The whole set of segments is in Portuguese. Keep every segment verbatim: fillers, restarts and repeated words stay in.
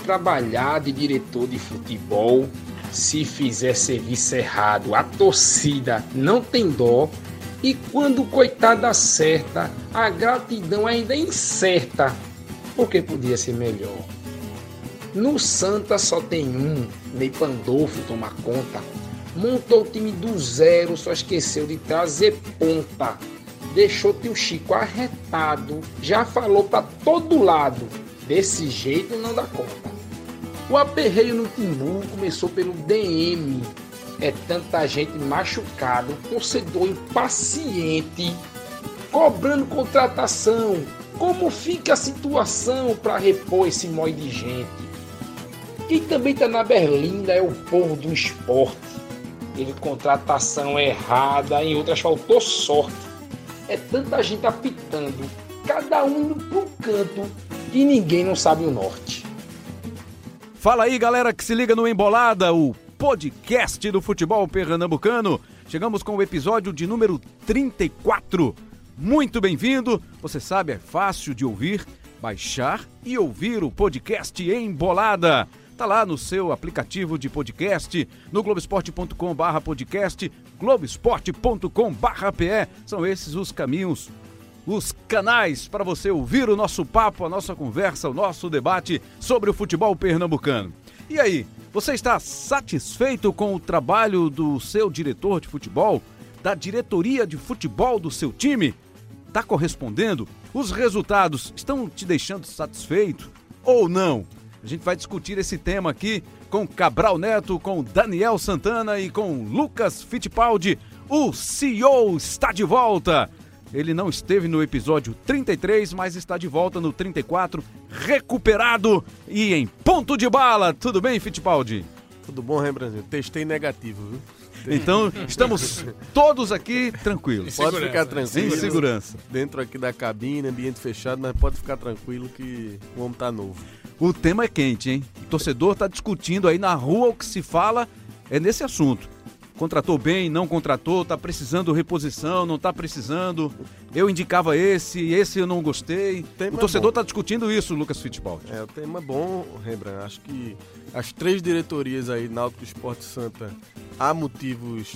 trabalhar de diretor de futebol, se fizer serviço errado, a torcida não tem dó. E quando o coitado acerta, a gratidão ainda é incerta, porque podia ser melhor. No Santa só tem um, Ney Pandolfo tomar conta. Montou o time do zero, só esqueceu de trazer ponta. Deixou tio Chico arretado, já falou para todo lado. Desse jeito não dá conta. O aperreio no Timbu começou pelo D M. É tanta gente machucada, torcedor impaciente, cobrando contratação. Como fica a situação para repor esse mói de gente? Quem também está na berlinda é o povo do esporte. Teve contratação errada, em outras faltou sorte. É tanta gente apitando, cada um indo para um canto e ninguém não sabe o norte. Fala aí, galera que se liga no Embolada, o podcast do futebol pernambucano. Chegamos com o episódio de número trinta e quatro. Muito bem-vindo. Você sabe, é fácil de ouvir, baixar e ouvir o podcast Embolada. Tá lá no seu aplicativo de podcast, no globesport ponto com barra podcast, globesport ponto com barra pe. São esses os caminhos, os canais para você ouvir o nosso papo, a nossa conversa, o nosso debate sobre o futebol pernambucano. E aí, você está satisfeito com o trabalho do seu diretor de futebol, da diretoria de futebol do seu time? Está correspondendo? Os resultados estão te deixando satisfeito ou não? A gente vai discutir esse tema aqui com Cabral Neto, com Daniel Santana e com Lucas Fittipaldi. O C E O está de volta. Ele não esteve no episódio trinta e três, mas está de volta no trinta e quatro, recuperado e em ponto de bala. Tudo bem, Fittipaldi? Tudo bom, Rembrandt? Testei negativo, viu? Então, estamos todos aqui tranquilos. Pode ficar tranquilo. Em segurança. Dentro aqui da cabine, ambiente fechado, mas pode ficar tranquilo que o homem tá novo. O tema é quente, hein? O torcedor tá discutindo aí na rua, o que se fala é nesse assunto. Contratou bem, não contratou, tá precisando de reposição, não tá precisando. Eu indicava esse, esse eu não gostei. O, o torcedor tá discutindo isso, Lucas Fittipaldi. É, o tema é bom, Rembrandt. Acho que as três diretorias aí, Náutico, Sport e Santa, há motivos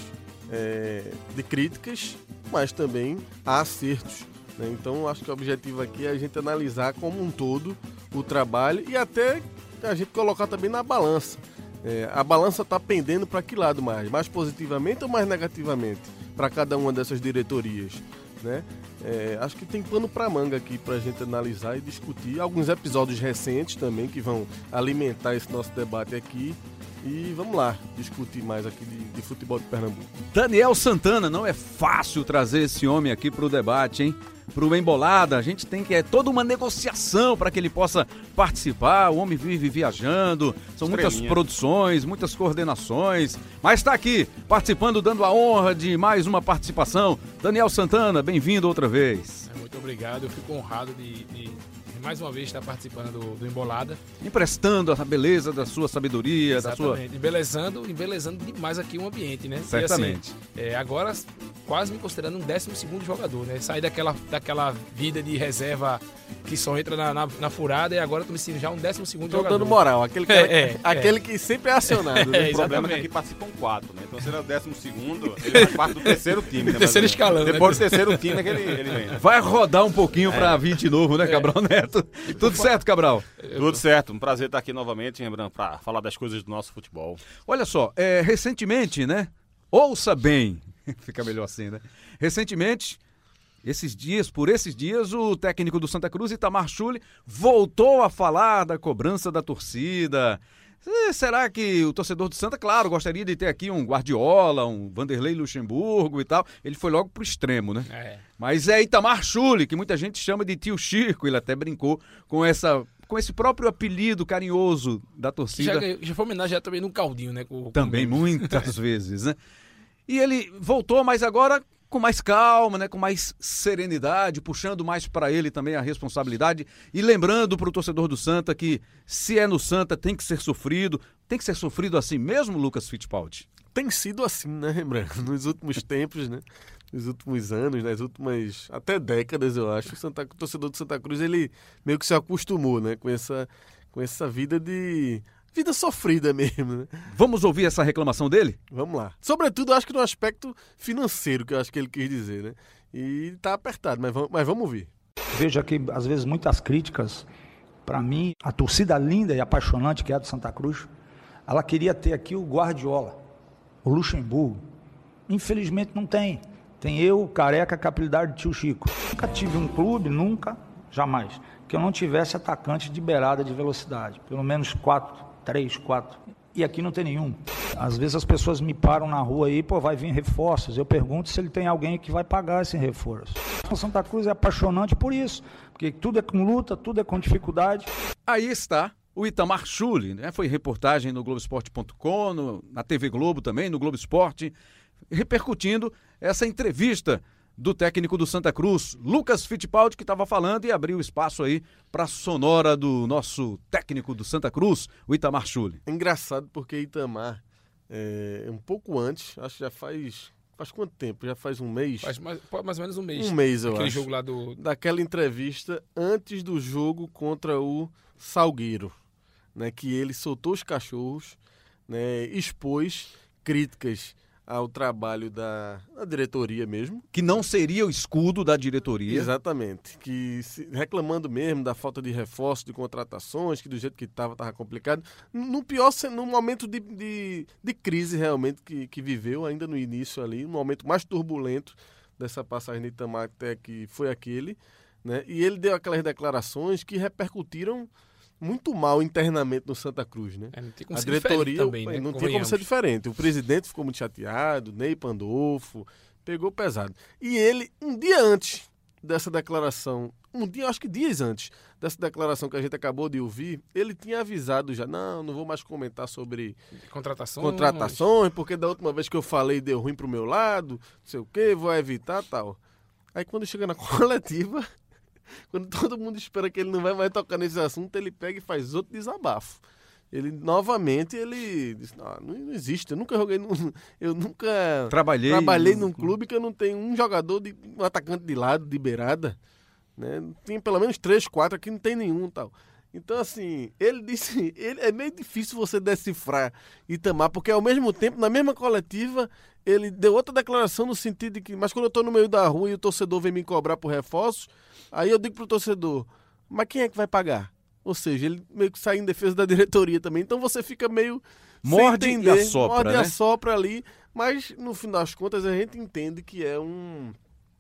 é, de críticas, mas também há acertos, né? Então, acho que o objetivo aqui é a gente analisar como um todo o trabalho e até a gente colocar também na balança. É, a balança está pendendo para que lado mais? Mais positivamente ou mais negativamente para cada uma dessas diretorias, né? É, acho que tem pano para manga aqui para a gente analisar e discutir. Alguns episódios recentes também que vão alimentar esse nosso debate aqui. E vamos lá, discutir mais aqui de, de futebol de Pernambuco. Daniel Santana, não é fácil trazer esse homem aqui para o debate, hein? Para o Embolada, a gente tem que é toda uma negociação para que ele possa participar. O homem vive viajando, são muitas produções, muitas coordenações, mas está aqui participando, dando a honra de mais uma participação. Daniel Santana, bem-vindo outra vez. Muito obrigado, eu fico honrado de, de mais uma vez estar participando do, do Embolada. Emprestando a beleza da sua sabedoria, Exatamente. da sua... Embelezando, embelezando demais aqui o ambiente, né? Certamente. E, assim, é, agora quase me considerando um décimo segundo jogador, né? Sair daquela, daquela vida de reserva que só entra na, na, na furada e agora estou me sentindo já um décimo segundo Tô jogador. dando moral, aquele, que, é, é, aquele é. que sempre é acionado. Né? É, o problema é que aqui participam quatro, né? Então se ele é o décimo segundo, ele faz parte do terceiro time. Né, terceiro escalão. Depois né? do terceiro time é que ele, ele vem. Vai rodar um pouquinho para é. vir de novo, né, Cabral é. Neto? Tudo certo, Cabral? Tudo certo. Um prazer estar aqui novamente, Rembrandt, para falar das coisas do nosso futebol. Olha só, é, recentemente, né? Ouça bem. Fica melhor assim, né? Recentemente, esses dias, por esses dias, o técnico do Santa Cruz, Itamar Schulli, voltou a falar da cobrança da torcida. Será que o torcedor do Santa, claro, gostaria de ter aqui um Guardiola, um Vanderlei Luxemburgo e tal? Ele foi logo pro extremo, né? É. Mas é Itamar Schulli, que muita gente chama de tio Chico, ele até brincou com essa... com esse próprio apelido carinhoso da torcida. Já, já foi homenagem também no Caldinho, né? Com, também, com... muitas vezes, né? E ele voltou, mas agora com mais calma, né? Com mais serenidade, puxando mais para ele também a responsabilidade e lembrando para o torcedor do Santa que se é no Santa tem que ser sofrido. Tem que ser sofrido assim mesmo, Lucas Fittipaldi? Tem sido assim, né, Rembrandt? Nos últimos tempos, né? Nos últimos anos, nas últimas até décadas, eu acho. O, Santa, o torcedor do Santa Cruz, ele meio que se acostumou, né? Com essa... com essa vida de... vida sofrida mesmo, né? Vamos ouvir essa reclamação dele? Vamos lá. Sobretudo, acho que no aspecto financeiro, que eu acho que ele quis dizer, né? E tá apertado, mas vamos, mas vamos ouvir. Vejo aqui, às vezes, muitas críticas. Para mim, a torcida linda e apaixonante que é a do Santa Cruz, ela queria ter aqui o Guardiola, o Luxemburgo. Infelizmente não tem. Tem eu, o Careca, a capilaridade de tio Chico. Nunca tive um clube, nunca, jamais, que eu não tivesse atacante de beirada de velocidade. Pelo menos quatro, três, quatro. E aqui não tem nenhum. Às vezes as pessoas me param na rua aí, pô, vai vir reforços. Eu pergunto se ele tem alguém que vai pagar esse reforço. O Santa Cruz é apaixonante por isso, porque tudo é com luta, tudo é com dificuldade. Aí está o Itamar Schulli, né? Foi reportagem no Globo Esporte ponto com, no, na T V Globo também, no Globo Esporte, repercutindo essa entrevista do técnico do Santa Cruz, Lucas Fittipaldi, que estava falando e abriu espaço aí para a sonora do nosso técnico do Santa Cruz, o Itamar Schulli. É engraçado porque Itamar, é, um pouco antes, acho que já faz... Faz quanto tempo? Já faz um mês? Faz mais, mais ou menos um mês. Um mês, eu Aquele acho. jogo lá do... Daquela entrevista antes do jogo contra o Salgueiro, né? Que ele soltou os cachorros, né? Expôs críticas ao trabalho da, da diretoria mesmo. Que não seria o escudo da diretoria. Exatamente. Que se, reclamando mesmo da falta de reforço, de contratações, que do jeito que estava, estava complicado. No pior, no momento de, de, de crise realmente que, que viveu, ainda no início ali, no momento mais turbulento dessa passagem de Itamar até que foi aquele, né? E ele deu aquelas declarações que repercutiram muito mal internamente no Santa Cruz, né? É, não tem como a ser diretoria também, né? não tem como ser diferente. O presidente ficou muito chateado, Ney Pandolfo, pegou pesado. E ele, um dia antes dessa declaração, um dia, acho que dias antes dessa declaração que a gente acabou de ouvir, ele tinha avisado já, não, não vou mais comentar sobre contratações, contratações porque da última vez que eu falei deu ruim pro meu lado, não sei o quê, vou evitar tal. Aí quando chega na coletiva... Quando todo mundo espera que ele não vai mais tocar nesse assunto, ele pega e faz outro desabafo. Ele, novamente, ele diz, não, não existe, eu nunca joguei, num, eu nunca Trabalhei, trabalhei no... num clube que eu não tenho um jogador, de, um atacante de lado, de beirada, né? Tem pelo menos três, quatro, aqui não tem nenhum tal. Então, assim, ele disse, ele, é meio difícil você decifrar Itamar, porque ao mesmo tempo, na mesma coletiva, ele deu outra declaração no sentido de que, mas quando eu estou no meio da rua e o torcedor vem me cobrar por reforços, aí eu digo pro torcedor, mas quem é que vai pagar? Ou seja, ele meio que sai em defesa da diretoria também, então você fica meio morde sem entender, e assopra, morde né? e assopra ali, mas no fim das contas a gente entende que é, um,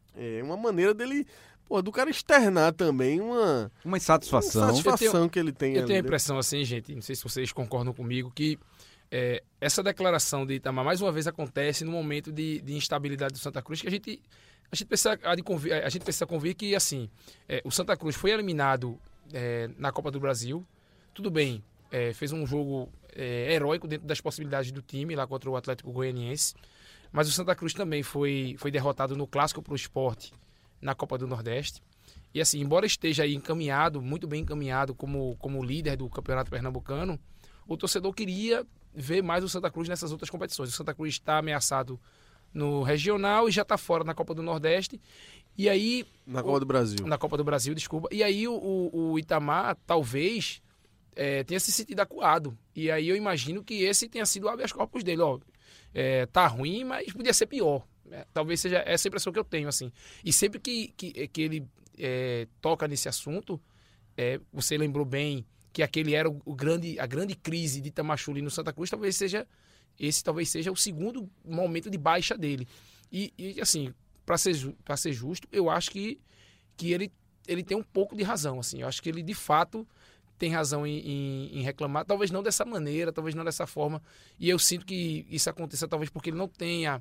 é uma maneira dele... Pô, do cara externar também uma, uma insatisfação, uma satisfação tenho, que ele tem. Eu ali, tenho a né? impressão assim, gente, não sei se vocês concordam comigo, que é, essa declaração de Itamar mais uma vez acontece no momento de, de instabilidade do Santa Cruz, que a gente, a gente, precisa, a, de convir, a gente precisa convir que assim, é, o Santa Cruz foi eliminado é, na Copa do Brasil, tudo bem, é, fez um jogo é, heróico dentro das possibilidades do time lá contra o Atlético Goianiense, mas o Santa Cruz também foi, foi derrotado no Clássico pro Sport na Copa do Nordeste. E assim, embora esteja aí encaminhado, muito bem encaminhado como, como líder do Campeonato Pernambucano, o torcedor queria ver mais o Santa Cruz nessas outras competições. O Santa Cruz está ameaçado no regional e já está fora na Copa do Nordeste. E aí... Na Copa o, do Brasil. Na Copa do Brasil, desculpa. E aí o, o, o Itamar talvez é, tenha se sentido acuado. E aí eu imagino que esse tenha sido o habeas corpus dele. Ó, é, tá ruim, mas podia ser pior. É, talvez seja essa a impressão que eu tenho, assim. E sempre que, que, que ele é, toca nesse assunto, é, você lembrou bem que aquele era o, o grande, a grande crise de Itamar Schulli no Santa Cruz, talvez seja esse talvez seja o segundo momento de baixa dele. E, e assim, para ser, para ser justo, eu acho que, que ele, ele tem um pouco de razão, assim. Eu acho que ele, de fato, tem razão em, em, em reclamar, talvez não dessa maneira, talvez não dessa forma. E eu sinto que isso aconteça talvez porque ele não tenha...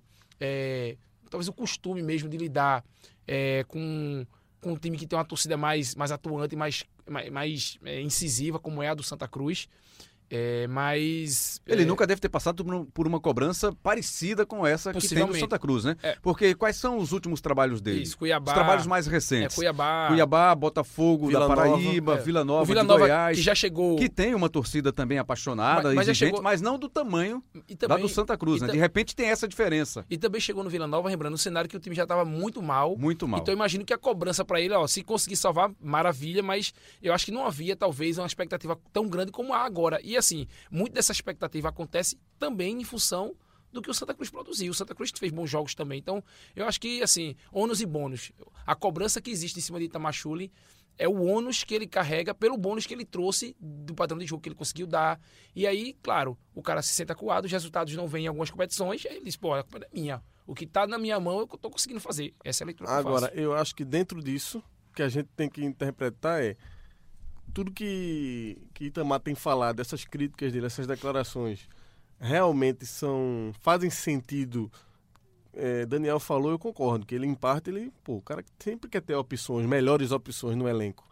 É, talvez o costume mesmo de lidar é, com, com um time que tem uma torcida mais, mais atuante, mais, mais, mais é, incisiva, como é a do Santa Cruz. É, mas... Ele é, nunca deve ter passado por, um- por uma cobrança parecida com essa que tem no Possivelmente. Santa Cruz, né? É. Porque quais são os últimos trabalhos dele? Isso, Cuiabá. Os trabalhos mais É, recentes. Cuiabá. Cuiabá, Botafogo Vila da Nova, Paraíba, é. Vila O Nova Vila de Nova, Goiás. que já chegou... Que tem uma torcida também apaixonada, Mas- mas já exigente, chegou- mas não do tamanho E da também, do Santa Cruz, e né? ta- De repente tem essa diferença. E também chegou no Vila Nova, lembrando, no cenário que o time já estava muito mal. Muito mal. Então eu imagino que a cobrança para ele, ó, se conseguir salvar, maravilha, mas eu acho que não havia talvez uma expectativa tão grande como há agora. E assim, muito dessa expectativa acontece também em função do que o Santa Cruz produziu. O Santa Cruz fez bons jogos também. Então, eu acho que, assim, ônus e bônus. A cobrança que existe em cima de Itamar Schulli é o ônus que ele carrega pelo bônus que ele trouxe do padrão de jogo que ele conseguiu dar. E aí, claro, o cara se senta acuado, os resultados não vêm em algumas competições, aí ele diz, pô, a culpa não é minha. O que tá na minha mão, eu tô conseguindo fazer. Essa é a leitura que eu Agora, faço. eu acho que dentro disso, o que a gente tem que interpretar é tudo que, que Itamar tem falado, essas críticas dele, essas declarações, realmente são fazem sentido. É, Daniel falou, eu concordo, que ele em parte, ele, pô, o cara sempre quer ter opções, melhores opções no elenco.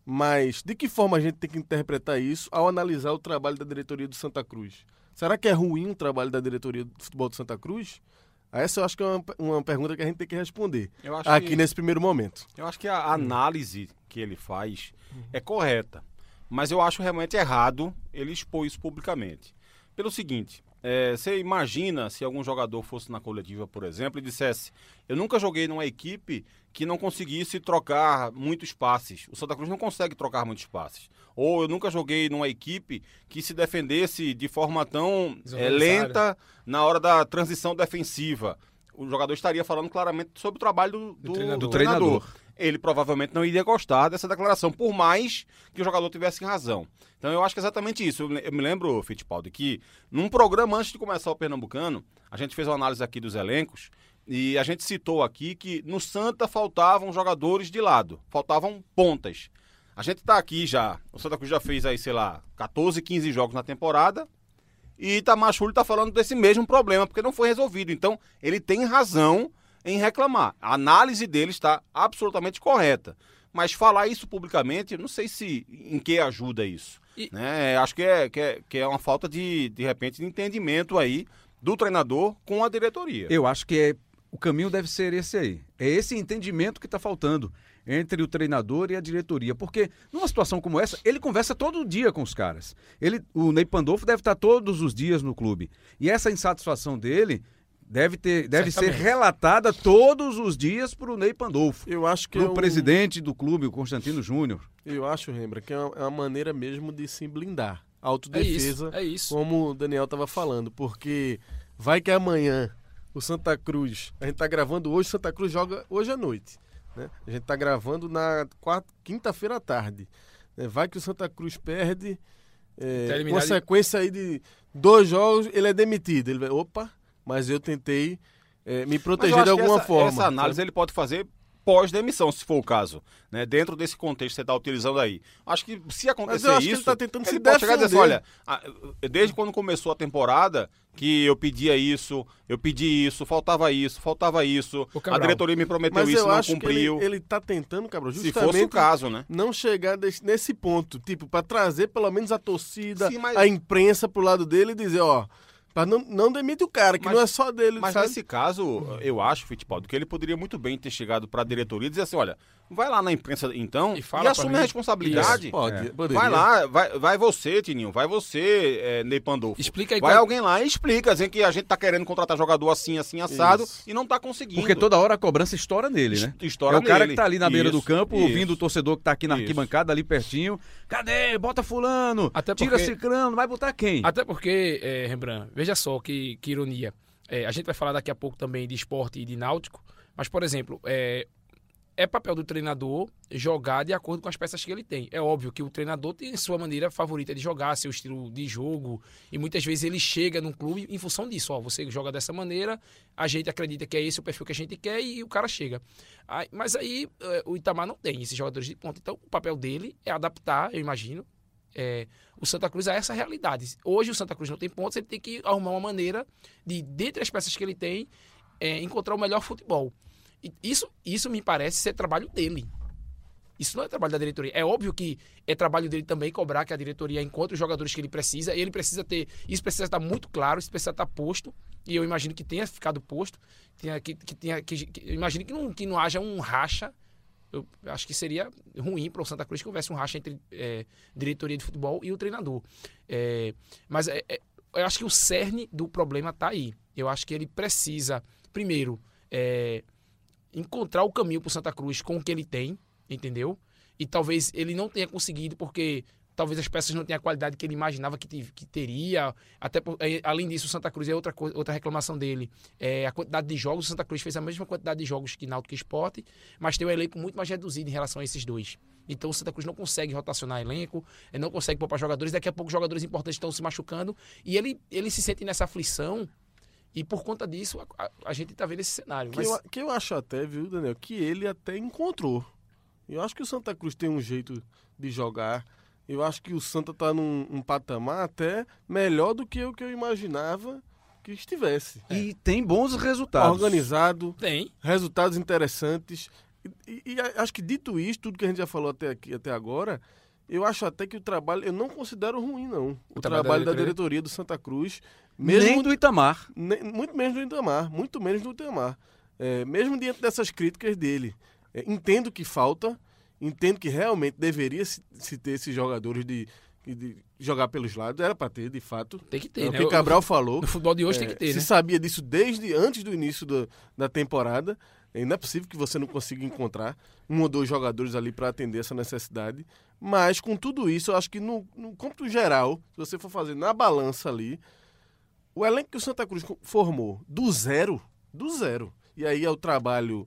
Mas de que forma a gente tem que interpretar isso ao analisar o trabalho da diretoria do Santa Cruz? Será que é ruim o trabalho da diretoria do futebol do Santa Cruz? Essa eu acho que é uma, uma pergunta que a gente tem que responder Eu acho aqui que- nesse primeiro momento. Eu acho que a análise que ele faz é correta, mas eu acho realmente errado ele expor isso publicamente. Pelo seguinte, é, você imagina se algum jogador fosse na coletiva, por exemplo, e dissesse: eu nunca joguei numa equipe que não conseguisse trocar muitos passes. O Santa Cruz não consegue trocar muitos passes. Ou eu nunca joguei numa equipe que se defendesse de forma tão é, Desorganizada. lenta na hora da transição defensiva. O jogador estaria falando claramente sobre o trabalho do, do, treinador. do Do treinador. Ele provavelmente não iria gostar dessa declaração, por mais que o jogador tivesse razão. Então eu acho que é exatamente isso. Eu, eu me lembro, Fittipaldi, que num programa antes de começar o Pernambucano, a gente fez uma análise aqui dos elencos e a gente citou aqui que no Santa faltavam jogadores de lado, faltavam pontas. A gente tá aqui já, o Santa Cruz já fez aí, sei lá, catorze, quinze jogos na temporada, e Itamar Schulli está falando desse mesmo problema, porque não foi resolvido. Então, ele tem razão em reclamar. A análise dele está absolutamente correta. Mas falar isso publicamente, eu não sei se em que ajuda isso. E- Né? Acho que é, que, é, que é uma falta de, de repente, de entendimento aí do treinador com a diretoria. Eu acho que é, o caminho deve ser esse aí. É esse entendimento que está faltando entre o treinador e a diretoria. Porque numa situação como essa, ele conversa todo dia com os caras. Ele, o Ney Pandolfo deve estar todos os dias no clube. E essa insatisfação dele deve, ter, deve ser Certamente. relatada todos os dias para o Ney Pandolfo. Eu acho que Para é o um- presidente do clube, o Constantino Júnior. Eu acho, Rembra, que é uma, é uma maneira mesmo de se blindar. É Autodefesa, isso, é isso. como o Daniel estava falando, porque vai que amanhã o Santa Cruz, a gente está gravando hoje, o Santa Cruz joga hoje à noite, né? A gente está gravando na quarta, quinta-feira à tarde, né? Vai que o Santa Cruz perde, é, Tá eliminado. consequência aí de dois jogos, ele é demitido. Ele vai, opa, mas eu tentei é, me Mas eu proteger acho de que alguma essa, forma. Essa análise sabe? ele pode fazer pós-demissão, se for o caso. Né? Dentro desse contexto que você está utilizando aí. Acho que se acontecer eu acho que isso, ele tá tentando se pode chegar e dizer assim, defender. olha, a- desde quando começou a temporada, que eu pedia isso, eu pedi isso, faltava isso, faltava isso, Ô, a Cabral, diretoria me prometeu Mas isso, eu não acho cumpriu. que ele, ele tá tentando, Cabral, Se justamente fosse o caso, né? não chegar desse- nesse ponto, tipo, para trazer pelo menos a torcida, Sim, mas- a imprensa pro lado dele e dizer, ó, para não, não demite o cara, que Mas- não é só dele, Mas sabe? nesse caso, eu acho, Fittipaldi, que ele poderia muito bem ter chegado para a diretoria e dizer assim, olha, vai lá na imprensa então E e, fala pra assume mim. a responsabilidade. Isso, pode, É. poderia. Vai lá, vai, vai você, Tininho, vai você, é, Ney Pandolfo. Explica aí Vai qual- alguém lá e explica, dizendo que a gente tá querendo contratar jogador assim, assim, assado, Isso. e não tá conseguindo. Porque toda hora a cobrança estoura nele, né? Estoura é o cara nele. que tá ali na beira do Isso, campo, isso. ouvindo o torcedor que tá aqui na Isso. arquibancada, ali pertinho. Cadê? Bota fulano, Até tira porque- ciclano, vai botar quem? Até porque, é, Rembrandt, veja só que, que ironia. É, a gente vai falar daqui a pouco também de esporte e de náutico, mas, por exemplo, é, é papel do treinador jogar de acordo com as peças que ele tem. É óbvio que o treinador tem sua maneira favorita de jogar, seu estilo de jogo, e muitas vezes ele chega num clube em função disso. Ó, você joga dessa maneira, a gente acredita que é esse o perfil que a gente quer e o cara chega. Aí- mas aí é, o Itamar não tem esses jogadores de ponta. Então o papel dele é adaptar, eu imagino, é, o Santa Cruz a essa realidade. Hoje o Santa Cruz não tem pontos, ele tem que arrumar uma maneira de, dentre as peças que ele tem, é, encontrar o melhor futebol. E isso, isso me parece ser trabalho dele. Isso não é trabalho da diretoria. É óbvio que é trabalho dele também cobrar que a diretoria encontre os jogadores que ele precisa. E ele precisa ter... Isso precisa estar muito claro, isso precisa estar posto. E eu imagino que tenha ficado posto. Tenha, que, que tenha, que, que, eu imagino que não, que não haja um racha. Eu acho que seria ruim para o Santa Cruz que houvesse um racha entre é, diretoria de futebol e o treinador. É, mas é, é, eu acho que o cerne do problema está aí. Eu acho que ele precisa, primeiro, é, encontrar o caminho para o Santa Cruz com o que ele tem, entendeu? E talvez ele não tenha conseguido porque talvez as peças não tenham a qualidade que ele imaginava que, te, que teria. Até por, é, além disso, o Santa Cruz é outra, outra reclamação dele. É, a quantidade de jogos, o Santa Cruz fez a mesma quantidade de jogos que Náutico e Sport, mas tem um elenco muito mais reduzido em relação a esses dois. Então o Santa Cruz não consegue rotacionar elenco, não consegue poupar jogadores, daqui a pouco jogadores importantes estão se machucando, e ele, ele se sente nessa aflição, e por conta disso a, a, a gente está vendo esse cenário. Que, mas... eu, que eu acho até, viu, Daniel, que ele até encontrou. Eu acho que o Santa Cruz tem um jeito de jogar. Eu acho que o Santa está num um patamar até melhor do que o que eu imaginava que estivesse. E tem bons resultados. Organizado, Tem. resultados interessantes. E, e, e acho que dito isso, tudo que a gente já falou até, aqui, até agora, eu acho até que o trabalho, eu não considero ruim, não. O, o trabalho, trabalho da, diretoria? da diretoria do Santa Cruz. Mesmo, nem do Itamar. Nem, muito menos do Itamar, muito menos do Itamar. É, mesmo diante dessas críticas dele. É, entendo que falta, entendo que realmente deveria se, se ter esses jogadores de, de jogar pelos lados, era para ter, de fato. Tem que ter, é, né? O que Cabral falou. No futebol de hoje é, tem que ter, se né? sabia disso desde antes do início do, da temporada. E não é possível que você não consiga encontrar um ou dois jogadores ali para atender essa necessidade. Mas, com tudo isso, eu acho que no, no cômputo geral, se você for fazer na balança ali, o elenco que o Santa Cruz formou do zero, do zero. E aí é o trabalho...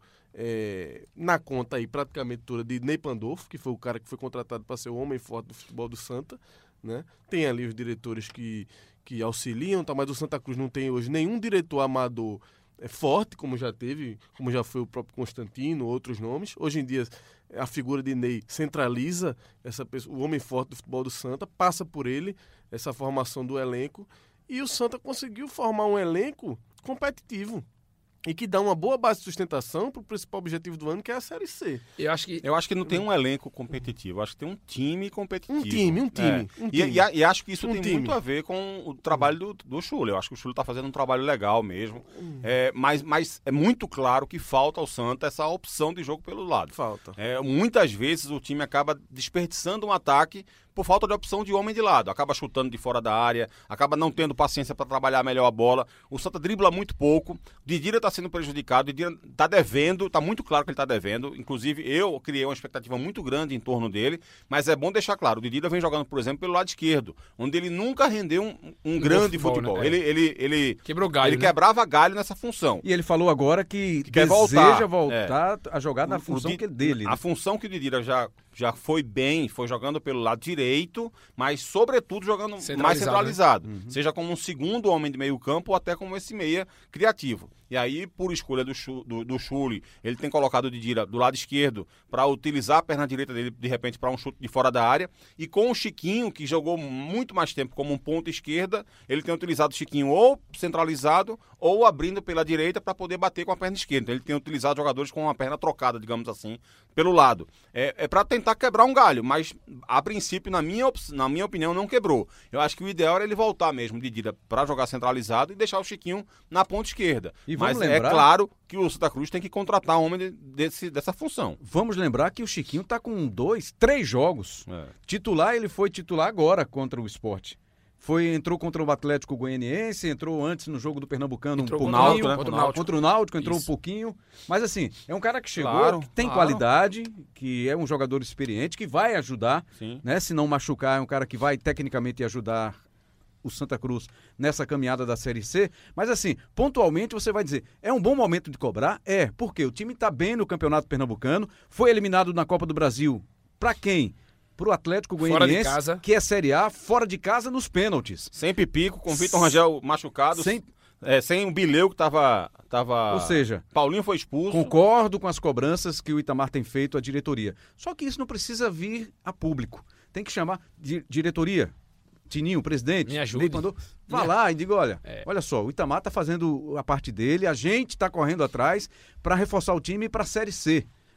É, na conta aí praticamente toda de Ney Pandolfo, que foi o cara que foi contratado para ser o homem forte do futebol do Santa, né? Tem ali os diretores que, que auxiliam, tá? Mas o Santa Cruz não tem hoje nenhum diretor amador é, forte, como já teve, como já foi o próprio Constantino, outros nomes. Hoje em dia a figura de Ney centraliza essa pessoa, o homem forte do futebol do Santa, passa por ele essa formação do elenco, e o Santa conseguiu formar um elenco competitivo. E que dá uma boa base de sustentação para o principal objetivo do ano, que é a Série C. Eu acho que, eu acho que não tem um elenco competitivo, eu acho que tem um time competitivo. Um time, um time. É. Um e, time. E, e acho que isso um tem time. muito a ver com o trabalho do, do Chulo. Eu acho que o Chulo está fazendo um trabalho legal mesmo. É, mas, mas é muito claro que falta ao Santa essa opção de jogo pelo lado. Falta. É, muitas vezes o time acaba desperdiçando um ataque por falta de opção de homem de lado. Acaba chutando de fora da área, acaba não tendo paciência para trabalhar melhor a bola. O Santa dribla muito pouco. O Didira está sendo prejudicado, o Didira está devendo, está muito claro que ele está devendo. Inclusive, eu criei uma expectativa muito grande em torno dele, mas é bom deixar claro, o Didira vem jogando, por exemplo, pelo lado esquerdo, onde ele nunca rendeu um, um grande futebol. futebol. Né? Ele, ele, ele, Quebrou galho, ele né? quebrava galho nessa função. E ele falou agora que, que quer deseja voltar, voltar é. a jogar na função o, que é dele. A né? função que o Didira já, já foi bem, foi jogando pelo lado direito, mas sobretudo jogando centralizado, mais centralizado. Né? Uhum. Seja como um segundo homem de meio campo ou até como esse meia criativo. E aí, por escolha do, do, do Chuli, ele tem colocado o Didira do lado esquerdo para utilizar a perna direita dele, de repente, para um chute de fora da área. E com o Chiquinho, que jogou muito mais tempo como um ponta esquerda, ele tem utilizado o Chiquinho ou centralizado ou abrindo pela direita para poder bater com a perna esquerda. Então, ele tem utilizado jogadores com uma perna trocada, digamos assim, pelo lado. É, é para tentar quebrar um galho, mas a princípio, na minha, na minha opinião, não quebrou. Eu acho que o ideal era ele voltar mesmo, Didira, para jogar centralizado e deixar o Chiquinho na ponta esquerda. E Mas lembrar... é claro que o Santa Cruz tem que contratar um homem de, desse, dessa função. Vamos lembrar que o Chiquinho tá com dois, três jogos. É. Titular, ele foi titular agora contra o Sport. Foi, entrou contra o Atlético Goianiense, entrou antes no jogo do Pernambucano entrou um pouquinho. Náutico, né? contra, contra, o Náutico. contra o Náutico, entrou Isso. um pouquinho. Mas assim, é um cara que chegou, claro, que tem claro. qualidade, que é um jogador experiente, que vai ajudar, Sim. né? Se não machucar, é um cara que vai tecnicamente ajudar o Santa Cruz nessa caminhada da Série C, mas assim, pontualmente você vai dizer, é um bom momento de cobrar? É, porque o time está bem no Campeonato Pernambucano, foi eliminado na Copa do Brasil. Para quem? Para o Atlético Goianiense, casa. que é Série A, fora de casa nos pênaltis. Sem Pipico, com o Vitor Rangel machucado, Sem... É, sem o Bileu que estava... Tava... Ou seja... Paulinho foi expulso. Concordo com as cobranças que o Itamar tem feito à diretoria. Só que isso não precisa vir a público. Tem que chamar de diretoria. Tininho, presidente, me ajude. Mandou, vá lá e diga, olha, é. olha só, o Itamar está fazendo a parte dele, a gente está correndo atrás para reforçar o time para a Série C.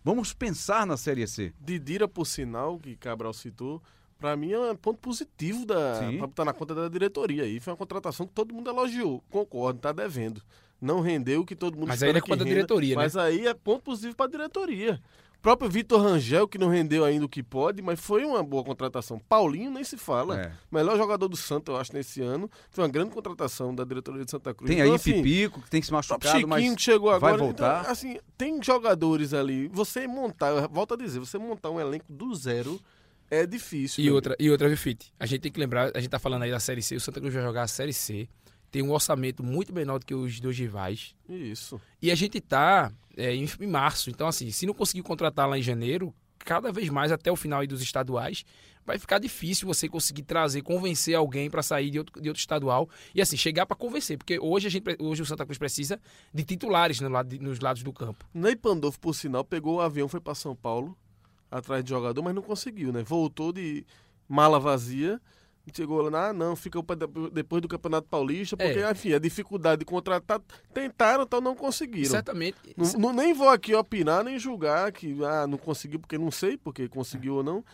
Vamos pensar na Série C. Didira, por sinal, que Cabral citou, para mim é um ponto positivo para botar na conta da diretoria. Aí foi uma contratação que todo mundo elogiou. Concordo, tá devendo. Não rendeu o que todo mundo mas aí é conta da diretoria, mas né? Mas aí é ponto positivo para a diretoria. O próprio Vitor Rangel, que não rendeu ainda o que pode, mas foi uma boa contratação. Paulinho nem se fala. É. Melhor jogador do Santa, eu acho, nesse ano. Foi uma grande contratação da diretoria de Santa Cruz. Tem então, aí assim, Pipico, que tem que se machucado, Chiquinho, mas que chegou agora, vai voltar. Então, assim, tem jogadores ali. Você montar, eu volto a dizer, você montar um elenco do zero é difícil. E outra, e outra, Vifite, a gente tem que lembrar, a gente tá falando aí da Série C, o Santa Cruz vai jogar a Série C. Tem um orçamento muito menor do que os dois rivais. Isso. E a gente tá é, em, em março. Então, assim, se não conseguir contratar lá em janeiro, cada vez mais até o final aí dos estaduais, vai ficar difícil você conseguir trazer, convencer alguém para sair de outro, de outro estadual. E assim, chegar para convencer. Porque hoje, a gente, hoje o Santa Cruz precisa de titulares no lado, nos lados do campo. Ney Pandolfo, por sinal, pegou o avião, foi para São Paulo, atrás de jogador, mas não conseguiu, né? Voltou de mala vazia. Chegou lá, ah, não, fica depois do Campeonato Paulista, porque, é. enfim, a dificuldade de contratar, tentaram, então não conseguiram. Certamente. Não, não, nem vou aqui opinar, nem julgar que ah, não conseguiu, porque não sei porque conseguiu é. ou não,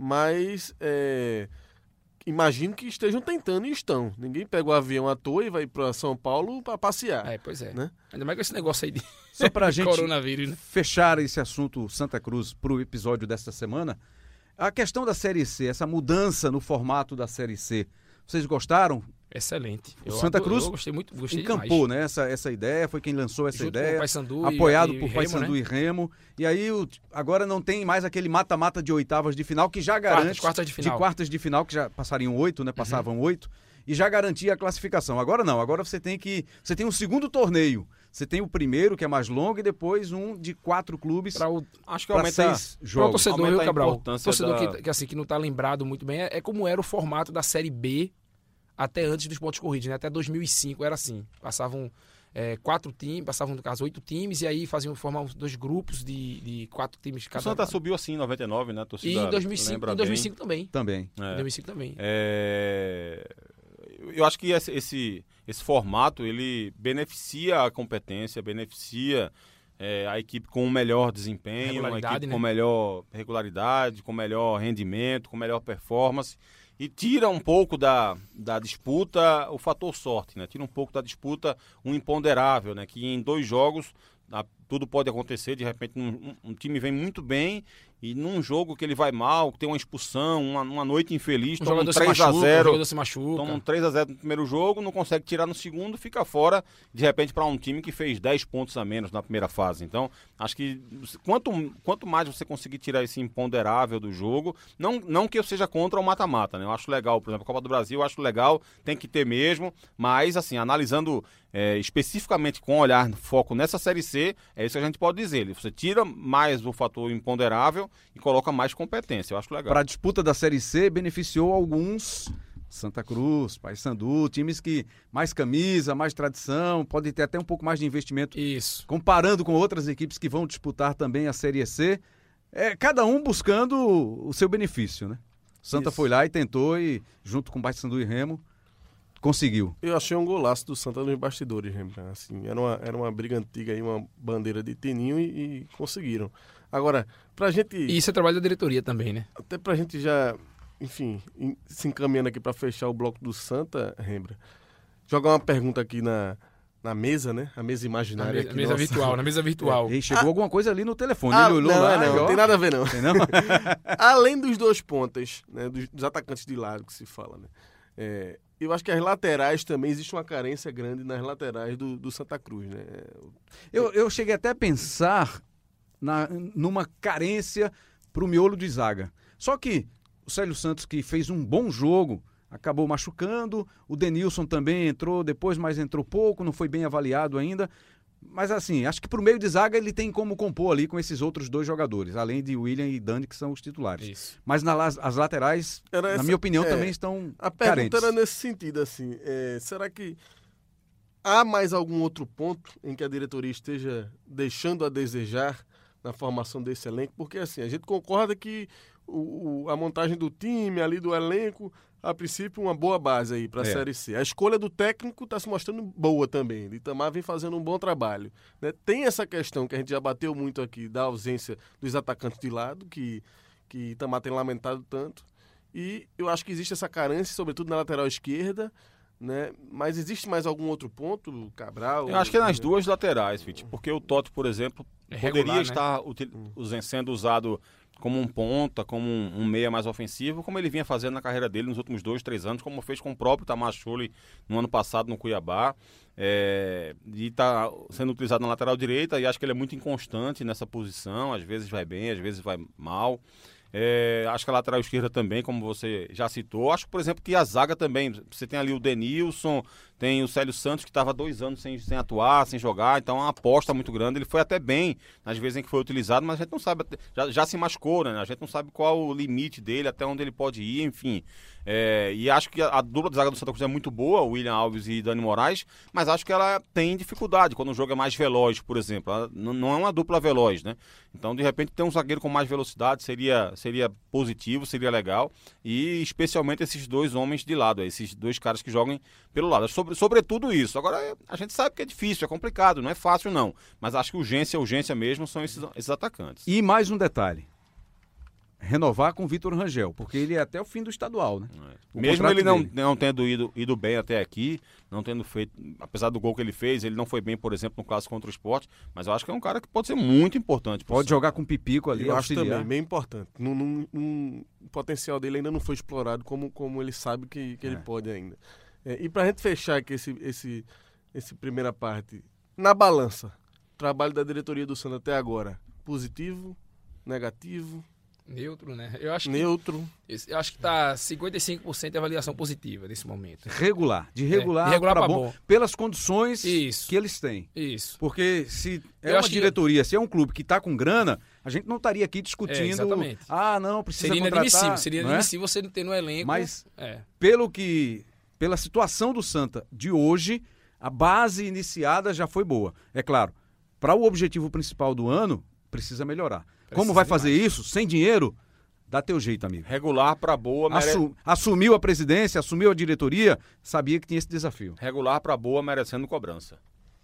mas é, imagino que estejam tentando e estão. Ninguém pega o avião à toa e vai para São Paulo para passear. É, pois é. Né? Ainda mais com esse negócio aí de Só pra gente coronavírus, né? fechar esse assunto Santa Cruz pro episódio desta semana, a questão da Série C, essa mudança no formato da Série C, vocês gostaram? Excelente. O Santa Cruz eu gostei muito, gostei encampou, demais. né, essa, essa ideia, foi quem lançou essa Junto ideia, com o Paysandu apoiado e, por e Paysandu né? e Remo, e aí o, agora não tem mais aquele mata-mata de oitavas de final, que já garante, quartas, quartas de final, de quartas de final, que já passariam oito, né, passavam oito, uhum. e já garantia a classificação. Agora não, agora você tem que, você tem um segundo torneio, você tem o primeiro, que é mais longo, e depois um de quatro clubes para o acho que aumenta seis jogos. Para o torcedor, Cabral, torcedor da... que, que, assim, que não está lembrado muito bem, é, é como era o formato da Série B até antes dos pontos corridos, né? Até dois mil e cinco era assim, passavam é, quatro times, passavam no caso oito times, e aí faziam formar dois grupos de, de quatro times cada. O Santa subiu assim em noventa e nove, né? A torcida e em dois mil e cinco, em dois mil e cinco também. Também. É. Em dois mil e cinco também. É... Eu acho que esse, esse, esse formato, ele beneficia a competência, beneficia é, a equipe com melhor desempenho, a equipe né? com melhor regularidade, com melhor rendimento, com melhor performance. E tira um pouco da, da disputa o fator sorte, né? Tira um pouco da disputa um imponderável, né? Que em dois jogos a, tudo pode acontecer. De repente um, um, um time vem muito bem e num jogo que ele vai mal, tem uma expulsão, uma, uma noite infeliz, um toma um três a zero, um toma um três a zero no primeiro jogo, não consegue tirar no segundo, fica fora, de repente, para um time que fez dez pontos a menos na primeira fase. Então, acho que quanto, quanto mais você conseguir tirar esse imponderável do jogo, não, não que eu seja contra o mata-mata, né? Eu acho legal, por exemplo, a Copa do Brasil, eu acho legal, tem que ter mesmo, mas, assim, analisando é, especificamente com olhar foco nessa Série C, é isso que a gente pode dizer. Você tira mais o fator imponderável e coloca mais competência, eu acho legal. Para a disputa da Série C, beneficiou alguns, Santa Cruz, Paysandu, times que mais camisa, mais tradição, pode ter até um pouco mais de investimento. Isso. Comparando com outras equipes que vão disputar também a Série C, é, cada um buscando o seu benefício, né? Santa Isso. foi lá e tentou, e junto com Paysandu e Remo, conseguiu. Eu achei um golaço do Santa nos bastidores, assim, era uma, era uma briga antiga, aí, uma bandeira de teninho e, e conseguiram. Agora, pra gente... E isso é trabalho da diretoria também, né? Até pra gente já, enfim, se encaminhando aqui pra fechar o bloco do Santa, Rembra, jogar uma pergunta aqui na, na mesa, né? A mesa imaginária. A, me, a mesa nossa. virtual, na mesa virtual. É. E chegou ah, alguma coisa ali no telefone, ah, ele olhou não, lá. Não, não, ó. tem nada a ver não. Tem não? Além dos dois pontas, né, dos, dos atacantes de lado que se fala, né? É, eu acho que as laterais também, existe uma carência grande nas laterais do, do Santa Cruz, né? Eu, eu cheguei até a pensar na, numa carência pro miolo de zaga. Só que o Célio Santos, que fez um bom jogo, acabou machucando, o Denilson também entrou depois, mas entrou pouco, não foi bem avaliado ainda. Mas assim, acho que pro meio de zaga ele tem como compor ali com esses outros dois jogadores, além de William e Dani, que são os titulares. Isso. Mas na, as laterais, era essa, na minha opinião, é, também estão a carentes. pergunta era nesse sentido, assim, é, será que há mais algum outro ponto em que a diretoria esteja deixando a desejar na formação desse elenco? Porque assim, a gente concorda que o, o, a montagem do time, ali do elenco, a princípio, uma boa base aí para a É. Série C. A escolha do técnico está se mostrando boa também. O Itamar vem fazendo um bom trabalho, né? Tem essa questão que a gente já bateu muito aqui da ausência dos atacantes de lado, que, que Itamar tem lamentado tanto. E eu acho que existe essa carência, sobretudo na lateral esquerda, né? Mas existe mais algum outro ponto, Cabral? Eu acho que é nas duas laterais, Fitch, porque o Totti, por exemplo, É poderia regular, né? estar util- usa- sendo usado como um ponta, como um, um meia mais ofensivo, como ele vinha fazendo na carreira dele nos últimos dois, três anos, como fez com o próprio Tamar Schulli no ano passado no Cuiabá. É, e está sendo utilizado na lateral direita, e acho que ele é muito inconstante nessa posição, às vezes vai bem, às vezes vai mal. É, acho que a lateral esquerda também, como você já citou. Acho, por exemplo, que a zaga também. Você tem ali o Denilson, tem o Célio Santos, que estava há dois anos sem, sem atuar, sem jogar. Então é uma aposta muito grande. Ele foi até bem nas vezes em que foi utilizado, mas a gente não sabe. Já, já se machucou, né? A gente não sabe qual o limite dele, até onde ele pode ir, enfim. É, e acho que a, a dupla de zaga do Santa Cruz é muito boa, William Alves e Dani Moraes, mas acho que ela tem dificuldade quando o jogo é mais veloz, por exemplo. Ela n- não é uma dupla veloz, né? Então, de repente, ter um zagueiro com mais velocidade seria, seria positivo, seria legal. E especialmente esses dois homens de lado, esses dois caras que jogam pelo lado. Sobre, sobretudo isso. Agora, a gente sabe que é difícil, é complicado, não é fácil não. Mas acho que urgência, urgência mesmo são esses, esses atacantes. E mais um detalhe. Renovar com o Vitor Rangel, porque ele é até o fim do estadual, né? O Mesmo contrato ele não, dele. não tendo ido, ido bem até aqui, não tendo feito, apesar do gol que ele fez, ele não foi bem, por exemplo, no clássico contra o Sport, mas eu acho que é um cara que pode ser muito importante. pro Pode Santa. jogar com o Pipico ali, Eu acho auxiliar. também, bem importante. Num, num- num- o potencial dele ainda não foi explorado como, como ele sabe que, que ele É. pode ainda. É, e pra gente fechar aqui esse, esse, esse primeira parte, na balança, o trabalho da diretoria do Santa até agora, positivo, negativo, Neutro, né? Eu acho que, neutro. eu acho que tá cinquenta e cinco por cento de avaliação positiva nesse momento. Regular, de regular, É, de regular pra pra bom, bom. pelas condições Isso. que eles têm. Isso. Porque se é Eu uma acho que- diretoria, se é um clube que está com grana, a gente não estaria aqui discutindo. É, exatamente. Ah, não, precisa Seria contratar. inadmissível. Seria não é? inadmissível você não ter no elenco. Mas- É. Pelo que, pela situação do Santa de hoje, a base iniciada já foi boa. É claro, para o objetivo principal do ano, precisa melhorar. Como vai fazer isso? Sem dinheiro? Dá teu jeito, amigo. Regular para boa, mere... Assu- Assumiu a presidência, assumiu a diretoria, sabia que tinha esse desafio. regular para boa, merecendo cobrança.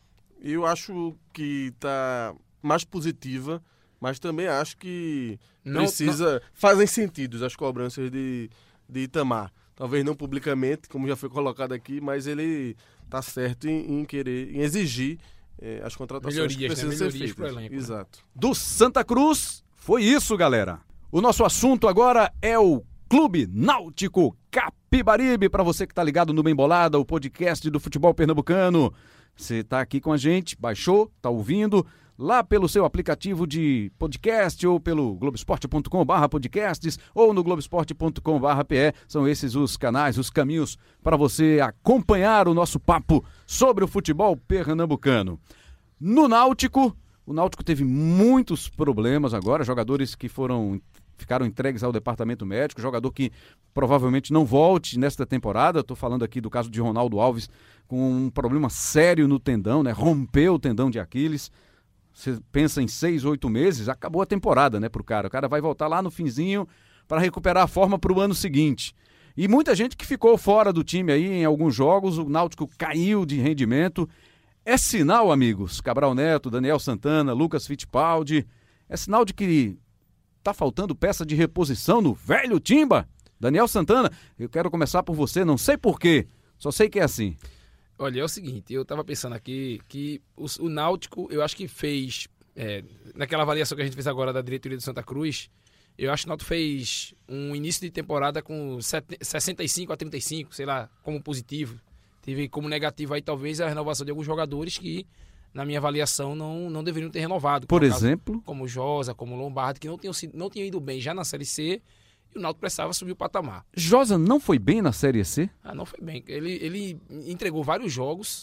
Eu acho que tá mais positiva, mas também acho que Não- precisa. Fazem sentido as cobranças de, de Itamar. Talvez não publicamente, como já foi colocado aqui, mas ele tá certo em, em querer, em exigir eh, as contratações Melhorias, que né? precisam ser Melhorias pro feitas. elenco, né? Exato. Do Santa Cruz, foi isso, galera. O nosso assunto agora é o Clube Náutico Capibaribe. Para você que tá ligado no Bem Bolada, o podcast do futebol pernambucano. Você tá aqui com a gente, baixou, tá ouvindo, lá pelo seu aplicativo de podcast ou pelo globesport ponto com barra podcasts ou no globesport ponto com barra pe. São esses os canais, os caminhos para você acompanhar o nosso papo sobre o futebol pernambucano. No Náutico, o Náutico teve muitos problemas agora, jogadores que foram ficaram entregues ao departamento médico, jogador que provavelmente não volte nesta temporada. Estou falando aqui do caso de Ronaldo Alves, com um problema sério no tendão, né? Rompeu o tendão de Aquiles. Você pensa em seis, oito meses, acabou a temporada, né, pro cara. O cara vai voltar lá no finzinho para recuperar a forma para o ano seguinte. E muita gente que ficou fora do time aí em alguns jogos, o Náutico caiu de rendimento. É sinal, amigos, Cabral Neto, Daniel Santana, Lucas Fittipaldi, é sinal de que tá faltando peça de reposição no velho Timba. Daniel Santana, eu quero começar por você, não sei porquê, só sei que é assim. Olha, é o seguinte, eu tava pensando aqui que o, o Náutico, eu acho que fez, é, naquela avaliação que a gente fez agora da diretoria do Santa Cruz, eu acho que o Náutico fez um início de temporada com sessenta e cinco a trinta e cinco, sei lá, como positivo. Teve como negativo aí talvez a renovação de alguns jogadores que, na minha avaliação, não, não deveriam ter renovado. Por No caso, exemplo, como Josa, como Lombardi, que não tinham, sido, não tinham ido bem já na Série C, e o Náutico precisava subir o patamar. Josa não foi bem na Série C? Ah, não foi bem. Ele, ele entregou vários jogos,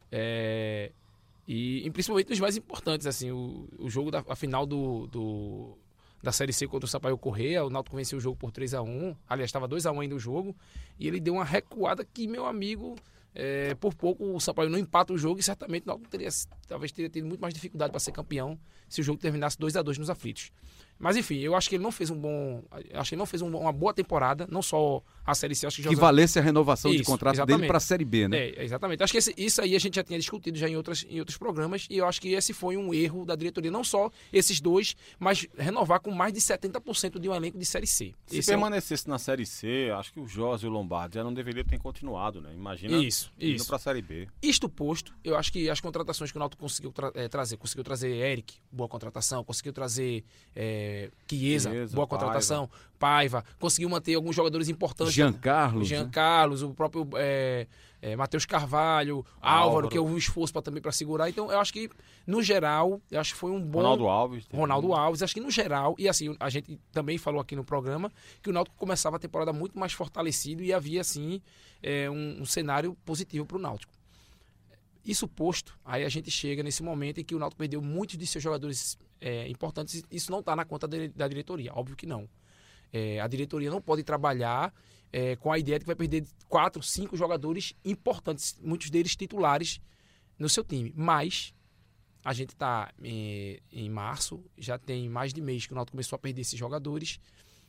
é, e, e principalmente os mais importantes, assim, o, o jogo da a final do, do, da Série C contra o Sampaio Corrêa, o Náutico venceu o jogo por três a um, aliás, estava dois a um ainda o jogo, e ele deu uma recuada que, meu amigo, é, por pouco o Sampaio não empata o jogo e certamente o Náutico teria, talvez teria tido muito mais dificuldade para ser campeão se o jogo terminasse dois a dois nos aflitos. Mas enfim, eu acho que ele não fez um bom. Acho que ele não fez um, uma boa temporada, não só a Série C. Acho que, que José... valesse a renovação isso, de contrato exatamente. dele para a Série B, né? É, exatamente. Acho que esse, isso aí a gente já tinha discutido já em, outras, em outros programas, e eu acho que esse foi um erro da diretoria, não só esses dois, mas renovar com mais de setenta por cento de um elenco de Série C. Se esse permanecesse é um... na Série C, acho que o Jorge e o Lombardi já não deveriam ter continuado, né? Imagina isso, indo isso. para a Série B. Isto posto, eu acho que as contratações que o Náutico conseguiu tra é, trazer, conseguiu trazer Eric, boa contratação, conseguiu trazer é, Chiesa, Chiesa, boa Paiva. contratação, Paiva, conseguiu manter alguns jogadores importantes. Jean Carlos. Jean né? Carlos, o próprio é, é, Matheus Carvalho, Álvaro, Álvaro. que houve um esforço pra, também para segurar. Então, eu acho que, no geral, eu acho que foi um bom... Ronaldo Alves. Ronaldo Alves, acho que no geral, e assim, a gente também falou aqui no programa, que o Náutico começava a temporada muito mais fortalecido e havia, assim, é, um, um cenário positivo para o Náutico. Isso posto, aí a gente chega nesse momento em que o Náutico perdeu muitos de seus jogadores é, importantes. Isso não está na conta de, da diretoria, óbvio que não. É, a diretoria não pode trabalhar é, com a ideia de que vai perder quatro, cinco jogadores importantes, muitos deles titulares no seu time. Mas a gente está em, em março, já tem mais de mês que o Náutico começou a perder esses jogadores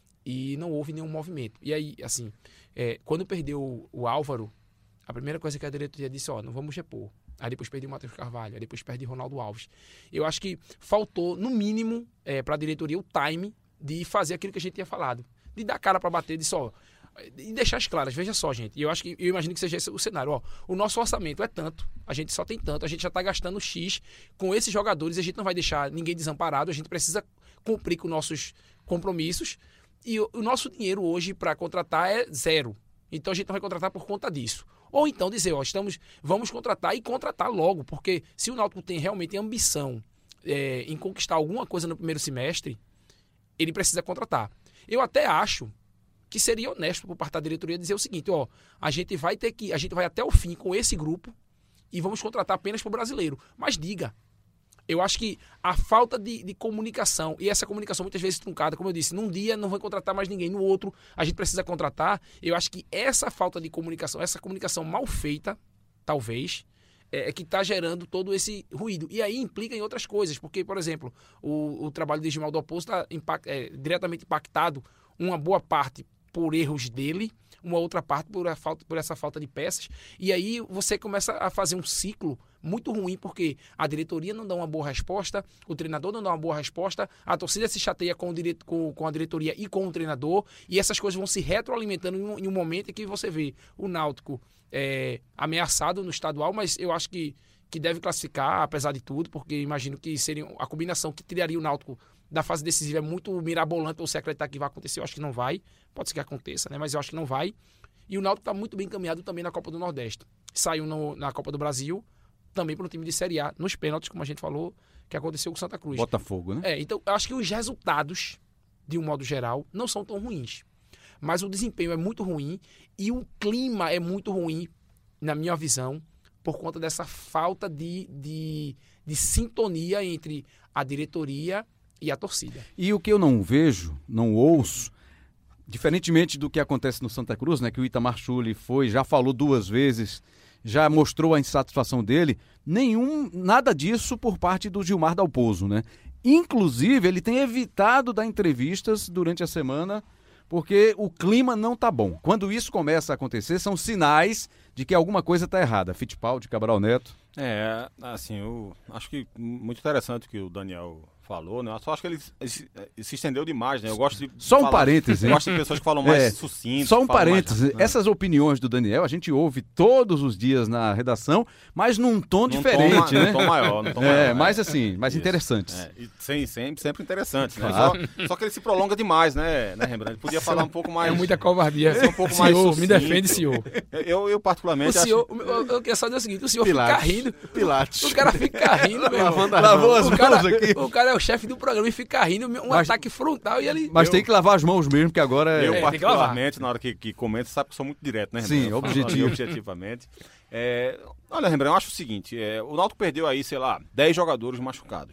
e não houve nenhum movimento. E aí, assim, é, quando perdeu o, o Álvaro, a primeira coisa que a diretoria disse, ó, não vamos repor. Aí depois perdeu o Matheus Carvalho, aí depois perde o Ronaldo Alves. Eu acho que faltou, no mínimo, é, para a diretoria o time de fazer aquilo que a gente tinha falado. De dar cara para bater, de só... E deixar as claras, veja só, gente. E eu acho que eu imagino que seja esse o cenário. Ó, o nosso orçamento é tanto, a gente só tem tanto, a gente já está gastando X com esses jogadores, a gente não vai deixar ninguém desamparado, a gente precisa cumprir com nossos compromissos. E o, o nosso dinheiro hoje para contratar é zero. Então a gente não vai contratar por conta disso. Ou então dizer, ó, estamos, vamos contratar e contratar logo, porque se o Náutico tem realmente ambição é, em conquistar alguma coisa no primeiro semestre, ele precisa contratar. Eu até acho que seria honesto por parte da diretoria dizer o seguinte, ó, a gente vai ter que, a gente vai até o fim com esse grupo e vamos contratar apenas para o brasileiro. Mas diga, eu acho que a falta de, de comunicação, e essa comunicação muitas vezes truncada, como eu disse, num dia não vai contratar mais ninguém, no outro a gente precisa contratar, eu acho que essa falta de comunicação, essa comunicação mal feita, talvez, é, é que está gerando todo esse ruído. E aí implica em outras coisas, porque, por exemplo, o, o trabalho de Gimaldo Oposto está impact, é, diretamente impactado, uma boa parte por erros dele, uma outra parte por, a falta, por essa falta de peças, e aí você começa a fazer um ciclo muito ruim, porque a diretoria não dá uma boa resposta, o treinador não dá uma boa resposta, a torcida se chateia com, o dire... com, com a diretoria e com o treinador, e essas coisas vão se retroalimentando em um, em um momento em que você vê o Náutico é, ameaçado no estadual, mas eu acho que, que deve classificar, apesar de tudo, porque imagino que seria a combinação que tiraria o Náutico da fase decisiva é muito mirabolante, ou se acreditar que vai acontecer, eu acho que não vai, pode ser que aconteça, né? Mas eu acho que não vai, e o Náutico está muito bem encaminhado também na Copa do Nordeste, saiu no, na Copa do Brasil, também para um time de Série A, nos pênaltis, como a gente falou, que aconteceu com o Santa Cruz. Botafogo, né? É, então eu acho que os resultados, de um modo geral, não são tão ruins, mas o desempenho é muito ruim, e o clima é muito ruim, na minha visão, por conta dessa falta de, de, de sintonia entre a diretoria e a torcida. E o que eu não vejo, não ouço, diferentemente do que acontece no Santa Cruz, né, que o Itamar Schulli foi, já falou duas vezes, já mostrou a insatisfação dele, nenhum, nada disso por parte do Gilmar Dalpozo, né? Inclusive, ele tem evitado dar entrevistas durante a semana, porque o clima não tá bom. Quando isso começa a acontecer, são sinais de que alguma coisa tá errada. Fittipaldi, Cabral Neto. É, assim, eu acho que muito interessante o que o Daniel falou, né? Eu só acho que ele se, se estendeu demais, né? Eu gosto de Só um falar, parêntese. Eu gosto de pessoas que falam mais É, sucinto. Só um que falam mais parêntese. rápido, né? Essas opiniões do Daniel, a gente ouve todos os dias na redação, mas num tom Num diferente, tom, né? Num tom maior, num tom É, maior, mais né? assim, mais Isso. interessantes. É, e sem, sempre, sempre interessantes, né? Claro. Só, só que ele se prolonga demais, né, né Rembrandt? Ele podia falar um pouco mais... É muita covardia. Ser um pouco mais senhor, me sucinto. defende, senhor. Eu, eu particularmente, O senhor, acho... eu, eu quero só dizer o seguinte, o senhor Pilates. fica rindo, Pilates. o cara fica rindo, meu irmão. Lavando as Lavou mãos. as O mãos cara, aqui. o cara é o chefe do programa e fica rindo, um Mas- ataque frontal e ele... Mas Eu- tem que lavar as mãos mesmo, porque agora é... Eu, É, tem que lavar. particularmente, na hora que, que comento, sabe que eu sou muito direto, né, Rembrandt? Sim, Eu falo objetivo. ali objetivamente. É, olha, Rembrandt, eu acho o seguinte, é, o Náutico perdeu aí, sei lá, dez jogadores machucados.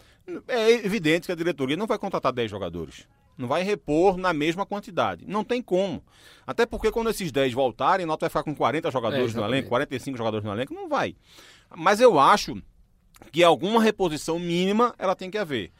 É evidente que a diretoria não vai contratar dez jogadores. Não vai repor na mesma quantidade. Não tem como. Até porque quando esses dez voltarem, o Náutico vai ficar com quarenta jogadores É, no exatamente. elenco, quarenta e cinco jogadores no elenco, não vai. Mas eu acho que alguma reposição mínima ela tem que haver.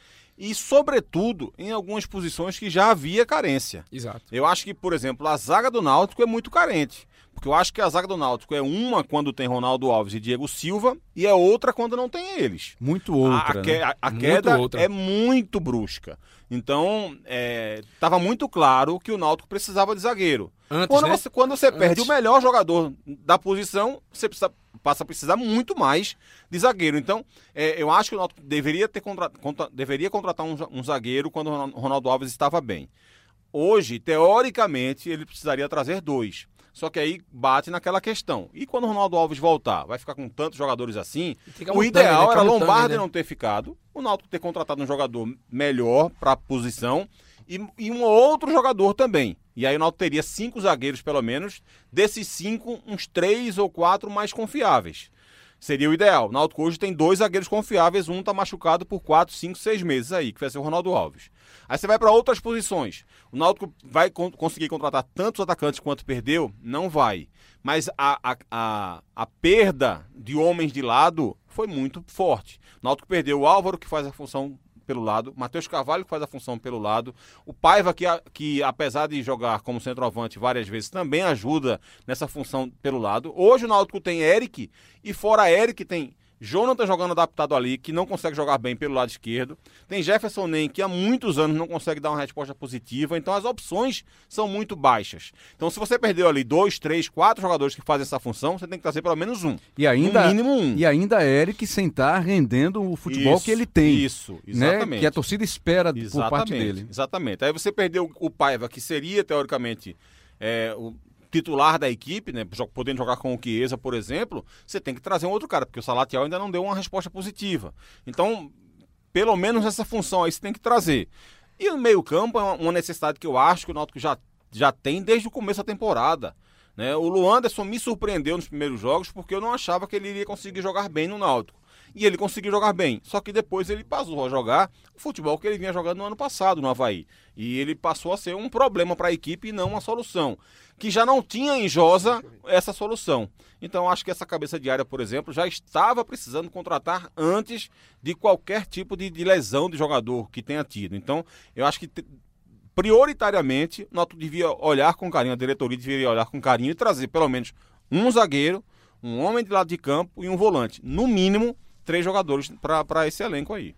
e, sobretudo, em algumas posições que já havia carência. Exato. Eu acho que, por exemplo, a zaga do Náutico é muito carente. Porque eu acho que a zaga do Náutico é uma quando tem Ronaldo Alves e Diego Silva e é outra quando não tem eles. Muito outra. A, a, né? a, a Muito queda outra. é muito brusca. Então, estava muito claro que o Náutico precisava de zagueiro. Antes, quando, né? você, quando você perde Antes. o melhor jogador da posição, você precisa, passa a precisar muito mais de zagueiro. Então, é, eu acho que o Náutico deveria, ter contra, contra, deveria contratar um, um zagueiro quando o Ronaldo Alves estava bem. Hoje, teoricamente, ele precisaria trazer dois. Só que aí bate naquela questão. E quando o Ronaldo Alves voltar, vai ficar com tantos jogadores assim? Fica O montando, ideal né? era Fica montando, Lombardi né? não ter ficado, o Náutico ter contratado um jogador melhor para a posição e, e um outro jogador também. E aí o Náutico teria cinco zagueiros pelo menos, desses cinco, uns três ou quatro mais confiáveis. Seria o ideal. O Náutico hoje tem dois zagueiros confiáveis, um está machucado por quatro, cinco, seis meses aí, que vai ser o Ronaldo Alves. Aí você vai para outras posições. O Náutico vai con- conseguir contratar tantos atacantes quanto perdeu? Não vai. Mas a, a, a, a perda de homens de lado foi muito forte. O Náutico perdeu o Álvaro, que faz a função pelo lado, Matheus Carvalho, que faz a função pelo lado, o Paiva, que, que apesar de jogar como centroavante várias vezes, também ajuda nessa função pelo lado. Hoje o Náutico tem Eric, e fora Eric tem Jonathan jogando adaptado ali, que não consegue jogar bem pelo lado esquerdo. Tem Jefferson Nem, que há muitos anos não consegue dar uma resposta positiva. Então as opções são muito baixas. Então se você perdeu ali dois, três, quatro jogadores que fazem essa função, você tem que trazer pelo menos um. E ainda, no mínimo um. E ainda Eric sem estar rendendo o futebol Isso, que ele tem. Isso, exatamente. Né? Que a torcida espera Exatamente, por parte dele. Exatamente. Aí você perdeu o Paiva, que seria, teoricamente, é, o titular da equipe, né, podendo jogar com o Chiesa, por exemplo, você tem que trazer um outro cara, porque o Salatiel ainda não deu uma resposta positiva. Então, pelo menos essa função aí você tem que trazer. E o meio-campo é uma necessidade que eu acho que o Náutico já, já tem desde o começo da temporada. Né? O Luanderson me surpreendeu nos primeiros jogos porque eu não achava que ele iria conseguir jogar bem no Náutico. E ele conseguiu jogar bem, só que depois ele passou a jogar o futebol que ele vinha jogando no ano passado no Avaí. E ele passou a ser um problema para a equipe e não uma solução. Que já não tinha em Josa essa solução. Então acho que essa cabeça de área, por exemplo, já estava precisando contratar antes de qualquer tipo de, de lesão de jogador que tenha tido. Então eu acho que te, prioritariamente o Náutico devia olhar com carinho, a diretoria deveria olhar com carinho e trazer pelo menos um zagueiro, um homem de lado de campo e um volante. No mínimo, três jogadores para esse elenco aí.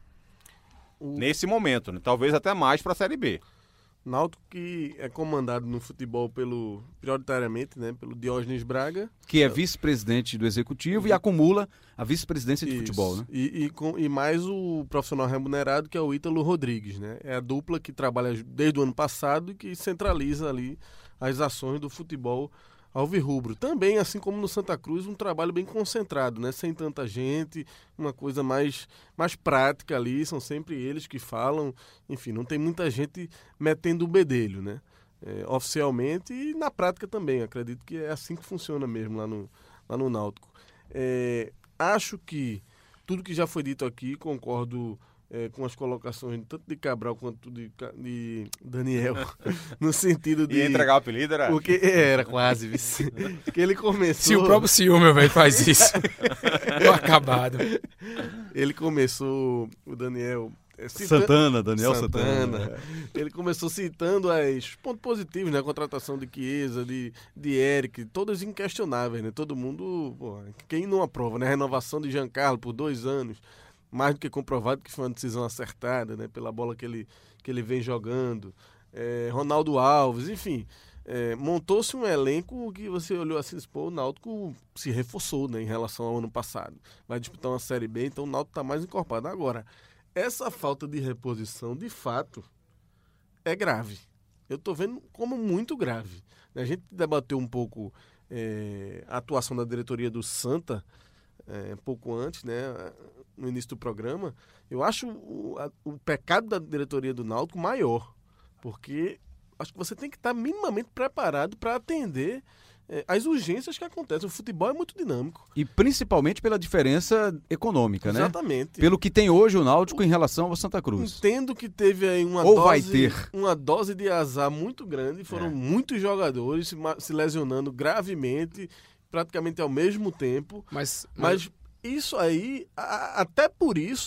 O... Nesse momento, né? Talvez até mais para a Série B. Náutico que é comandado no futebol pelo, prioritariamente, né, pelo Diógenes Braga. Que é vice-presidente do Executivo e acumula a vice-presidência de Isso. futebol, né? E, e, com, e mais o profissional remunerado, que é o Ítalo Rodrigues, né? É a dupla que trabalha desde o ano passado e que centraliza ali as ações do futebol alvirrubro. Também, assim como no Santa Cruz, um trabalho bem concentrado, né? Sem tanta gente, uma coisa mais, mais prática ali, são sempre eles que falam, enfim, não tem muita gente metendo o bedelho, né? É, oficialmente e na prática também, acredito que é assim que funciona mesmo lá no, lá no Náutico. É, acho que tudo que já foi dito aqui, concordo É, com as colocações tanto de Cabral quanto de, de Daniel, no sentido de... E entregar o apelido era... Porque era quase, vice. Que ele começou... Se o próprio ciúme, velho, faz isso. Tô acabado. Ele começou, o Daniel... É, cita... Santana, Daniel Santana. Santana. Ele começou citando os pontos positivos, né? A contratação de Chiesa, de, de Eric, todas inquestionáveis, né? Todo mundo... Pô, quem não aprova, né? A renovação de Giancarlo por dois anos... mais do que comprovado que foi uma decisão acertada, né, pela bola que ele, que ele vem jogando. É, Ronaldo Alves, enfim, é, montou-se um elenco que você olhou assim, pô, o Náutico se reforçou, né, em relação ao ano passado. Vai disputar uma Série B, então o Náutico está mais encorpado. Agora, essa falta de reposição, de fato, é grave. Eu estou vendo como muito grave. A gente debateu um pouco é, a atuação da diretoria do Santa, é, pouco antes, né, no início do programa. Eu acho o, a, o pecado da diretoria do Náutico maior, porque acho que você tem que estar minimamente preparado para atender é, as urgências que acontecem. O futebol é muito dinâmico. E principalmente pela diferença econômica, né? Exatamente. Pelo que tem hoje o Náutico em relação ao Santa Cruz. Entendo que teve aí uma, Ou dose, vai ter. uma dose de azar muito grande, foram É. muitos jogadores se, se lesionando gravemente, praticamente ao mesmo tempo, Mas, mas mas isso aí, a, até por isso,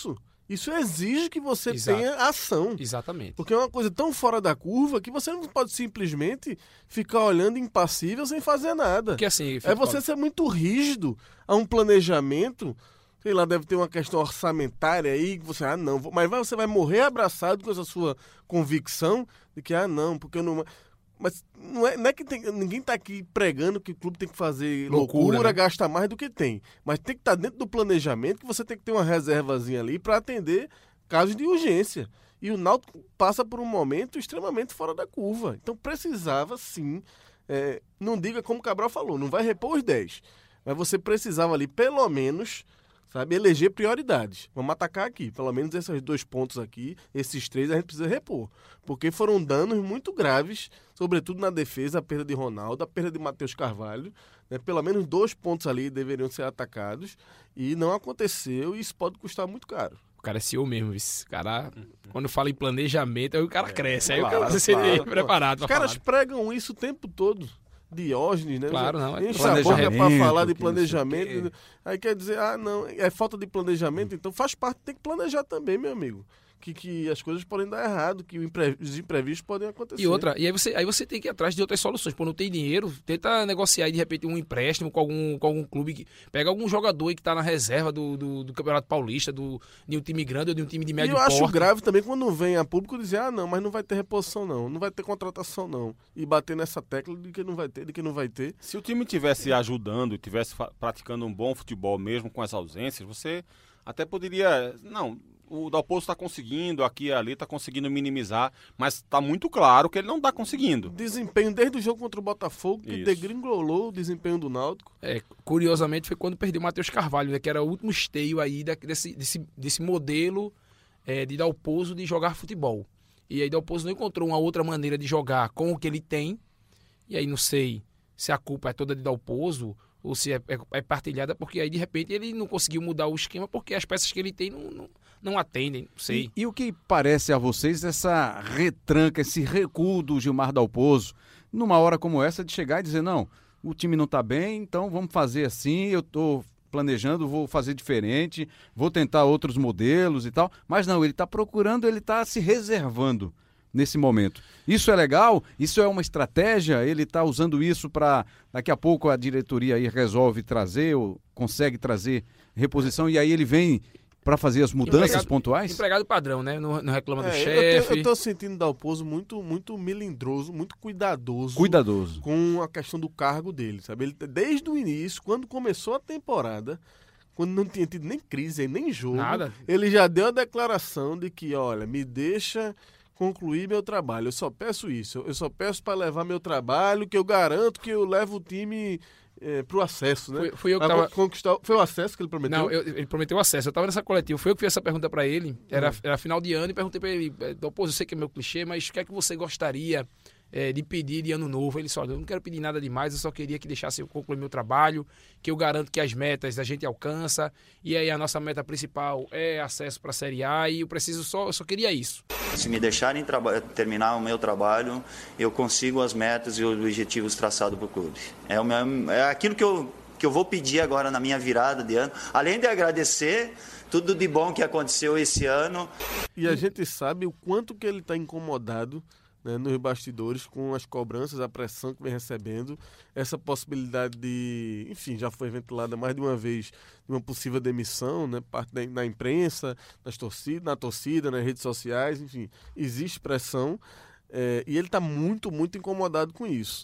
Isso exige que você Exato. tenha ação. Exatamente. Porque é uma coisa tão fora da curva que você não pode simplesmente ficar olhando impassível sem fazer nada. Porque assim, É você ser muito rígido a um planejamento. Sei lá, deve ter uma questão orçamentária aí, que você, ah, não, vou- mas vai- você vai morrer abraçado com essa sua convicção de que, ah, não, porque eu não. Mas não é, não é que tem, ninguém está aqui pregando que o clube tem que fazer loucura, Loucura, né? gastar mais do que tem. Mas tem que estar dentro do planejamento que você tem que ter uma reservazinha ali para atender casos de urgência. E o Náutico passa por um momento extremamente fora da curva. Então precisava sim, é, não diga como o Cabral falou, não vai repor os dez. Mas você precisava ali, pelo menos, sabe, eleger prioridades. Vamos atacar aqui. Pelo menos esses dois pontos aqui, esses três a gente precisa repor. Porque foram danos muito graves, sobretudo na defesa, a perda de Ronaldo, a perda de Matheus Carvalho. Né? Pelo menos dois pontos ali deveriam ser atacados. E não aconteceu e isso pode custar muito caro. O cara é C E O mesmo, esse cara, quando fala em planejamento, aí o cara cresce. Aí claro, o cara precisa claro, ser claro. preparado Os pra caras falar. pregam isso o tempo todo. Diógenes, né? Claro, não, é Enche a boca planejamento, para falar de que não sei o planejamento. quê. Aí quer dizer, ah, não, é falta de planejamento, então faz parte, tem que planejar também, meu amigo. Que, que as coisas podem dar errado, que o impre- os imprevistos podem acontecer. E outra, e aí você, aí você tem que ir atrás de outras soluções. Pô, não tem dinheiro, tenta negociar aí, de repente um empréstimo com algum, com algum clube. Que, pega algum jogador aí que tá na reserva do, do, do Campeonato Paulista, do, de um time grande ou de um time de E médio eu acho porte. grave também quando vem a público dizer, ah, não, mas não vai ter reposição não, não vai ter contratação não. E bater nessa tecla de que não vai ter, de que não vai ter. Se o time tivesse ajudando e tivesse fa- praticando um bom futebol mesmo com as ausências, você até poderia... Não, o Dalpozo está conseguindo, aqui e ali está conseguindo minimizar, mas está muito claro que ele não está conseguindo. Desempenho desde o jogo contra o Botafogo, que Isso. degringolou o desempenho do Náutico. É, curiosamente foi quando perdeu o Matheus Carvalho, né, que era o último esteio aí da, desse, desse, desse modelo é, de Dalpozo de jogar futebol. E aí Dalpozo não encontrou uma outra maneira de jogar com o que ele tem. E aí não sei se a culpa é toda de Dalpozo ou se é, é, é partilhada, porque aí de repente ele não conseguiu mudar o esquema porque as peças que ele tem não, não, não atendem, não sei. E, e o que parece a vocês essa retranca, esse recuo do Gilmar Dalpozo, numa hora como essa, de chegar e dizer, não, o time não está bem, então vamos fazer assim, eu estou planejando, vou fazer diferente, vou tentar outros modelos e tal, mas não, ele está procurando, ele está se reservando nesse momento. Isso é legal? Isso é uma estratégia? Ele está usando isso para, daqui a pouco a diretoria aí resolve trazer, ou consegue trazer reposição, e aí ele vem para fazer as mudanças Empregado- pontuais? Empregado padrão, né? Não, não reclama do É, eu, chefe. tô, eu tô sentindo o Dalpozo muito, muito melindroso, muito cuidadoso. Cuidadoso. Com a questão do cargo dele, sabe? Ele, desde o início, quando começou a temporada, quando não tinha tido nem crise, nem jogo, Nada. ele já deu a declaração de que, olha, me deixa concluir meu trabalho. Eu só peço isso. Eu só peço para levar meu trabalho, que eu garanto que eu levo o time é, pro acesso, né? Fui, fui eu que Pra tava... conquistar... Foi o acesso que ele prometeu? Não, eu- ele prometeu acesso. Eu tava nessa coletiva. Foi eu que fiz essa pergunta pra ele. Era, Hum. era final de ano e perguntei pra ele: Dalpozo, eu sei que é meu clichê, mas o que é que você gostaria é, de pedir de ano novo? Ele só, eu não quero pedir nada demais, eu só queria que deixasse eu concluir meu trabalho, que eu garanto que as metas a gente alcança. E aí a nossa meta principal é acesso pra Série A e eu preciso só, eu só queria isso. Se me deixarem traba- terminar o meu trabalho, eu consigo as metas e os objetivos traçados para o clube. É, o meu, é aquilo que eu, que eu vou pedir agora na minha virada de ano. Além de agradecer tudo de bom que aconteceu esse ano. E a gente sabe o quanto que ele está incomodado, né, nos bastidores com as cobranças, a pressão que vem recebendo, essa possibilidade de, enfim, já foi ventilada mais de uma vez, de uma possível demissão, né, parte da, na imprensa, nas torcidas, na torcida, nas redes sociais, enfim, existe pressão é, e ele está muito, muito incomodado com isso.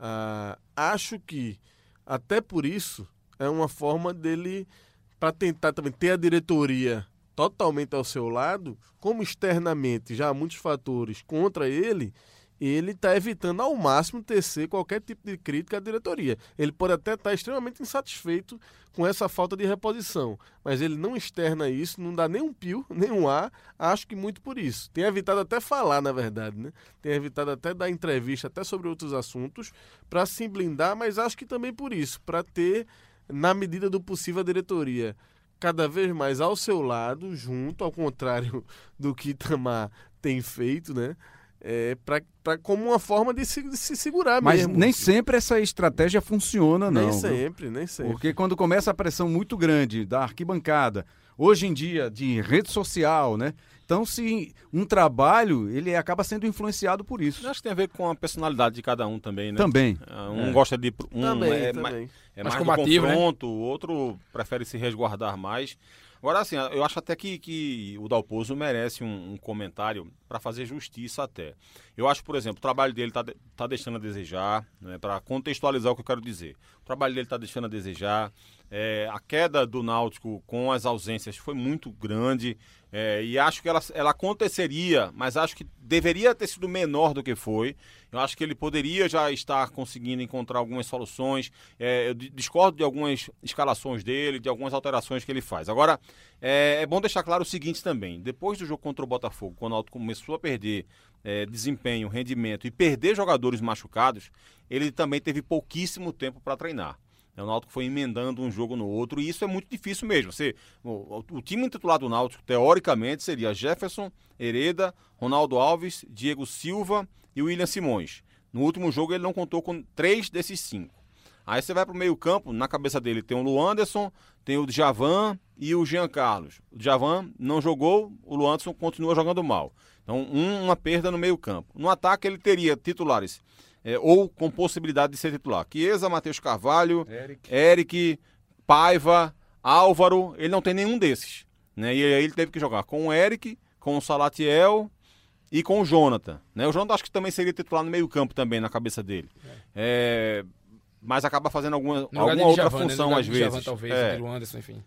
Ah, acho que, até por isso, é uma forma dele, para tentar também ter a diretoria totalmente ao seu lado, como externamente já há muitos fatores contra ele, ele está evitando ao máximo tecer qualquer tipo de crítica à diretoria. Ele pode até estar extremamente insatisfeito com essa falta de reposição, mas ele não externa isso, não dá nem um pio, nem um ar, acho que muito por isso. Tem evitado até falar, na verdade, né? Tem evitado até dar entrevista, até sobre outros assuntos, para se blindar, mas acho que também por isso, para ter, na medida do possível, a diretoria cada vez mais ao seu lado, junto, ao contrário do que Itamar tem feito, né? É, pra, pra, como uma forma de se, de se segurar Mas mesmo. nem sempre essa estratégia funciona, não. Nem viu? sempre, nem sempre. Porque quando começa a pressão muito grande da arquibancada, hoje em dia de rede social, né? Então, se um trabalho, ele acaba sendo influenciado por isso. Eu acho que tem a ver com a personalidade de cada um também, né? Também. Um é. gosta de... Um Também, é, também. mais, é Mais mais combativo, do né? confronto, o outro prefere se resguardar mais. Agora, assim, eu acho até que, que o Dalpozo merece um, um comentário para fazer justiça até. Eu acho, por exemplo, o trabalho dele está tá deixando a desejar, né, para contextualizar o que eu quero dizer. O trabalho dele está deixando a desejar. É, a queda do Náutico com as ausências foi muito grande, é, e acho que ela, ela aconteceria, mas acho que deveria ter sido menor do que foi. Eu acho que ele poderia já estar conseguindo encontrar algumas soluções. É, eu discordo de algumas escalações dele, de algumas alterações que ele faz. Agora, é, é bom deixar claro o seguinte também: depois do jogo contra o Botafogo, quando o Náutico começou a perder é, desempenho, rendimento e perder jogadores machucados, ele também teve pouquíssimo tempo para treinar. O Náutico foi emendando um jogo no outro, e isso é muito difícil mesmo. Você, o, o time titular do Náutico, teoricamente, seria Jefferson, Hereda, Ronaldo Alves, Diego Silva e William Simões. No último jogo ele não contou com três desses cinco. Aí você vai para o meio campo, na cabeça dele tem o Luanderson, tem o Djavan e o Jean Carlos. O Djavan não jogou, o Luanderson continua jogando mal. Então, um, uma perda no meio campo. No ataque ele teria titulares... É, ou com possibilidade de ser titular. Chiesa, Matheus Carvalho, Eric. Eric, Paiva, Álvaro, ele não tem nenhum desses. Né? E aí ele teve que jogar com o Eric, com o Salatiel e com o Jonathan. Né? O Jonathan acho que também seria titular no meio campo também, na cabeça dele. É. É, mas acaba fazendo alguma, alguma outra Djavan, função, né? às vezes. Djavan, talvez, é. Anderson, enfim.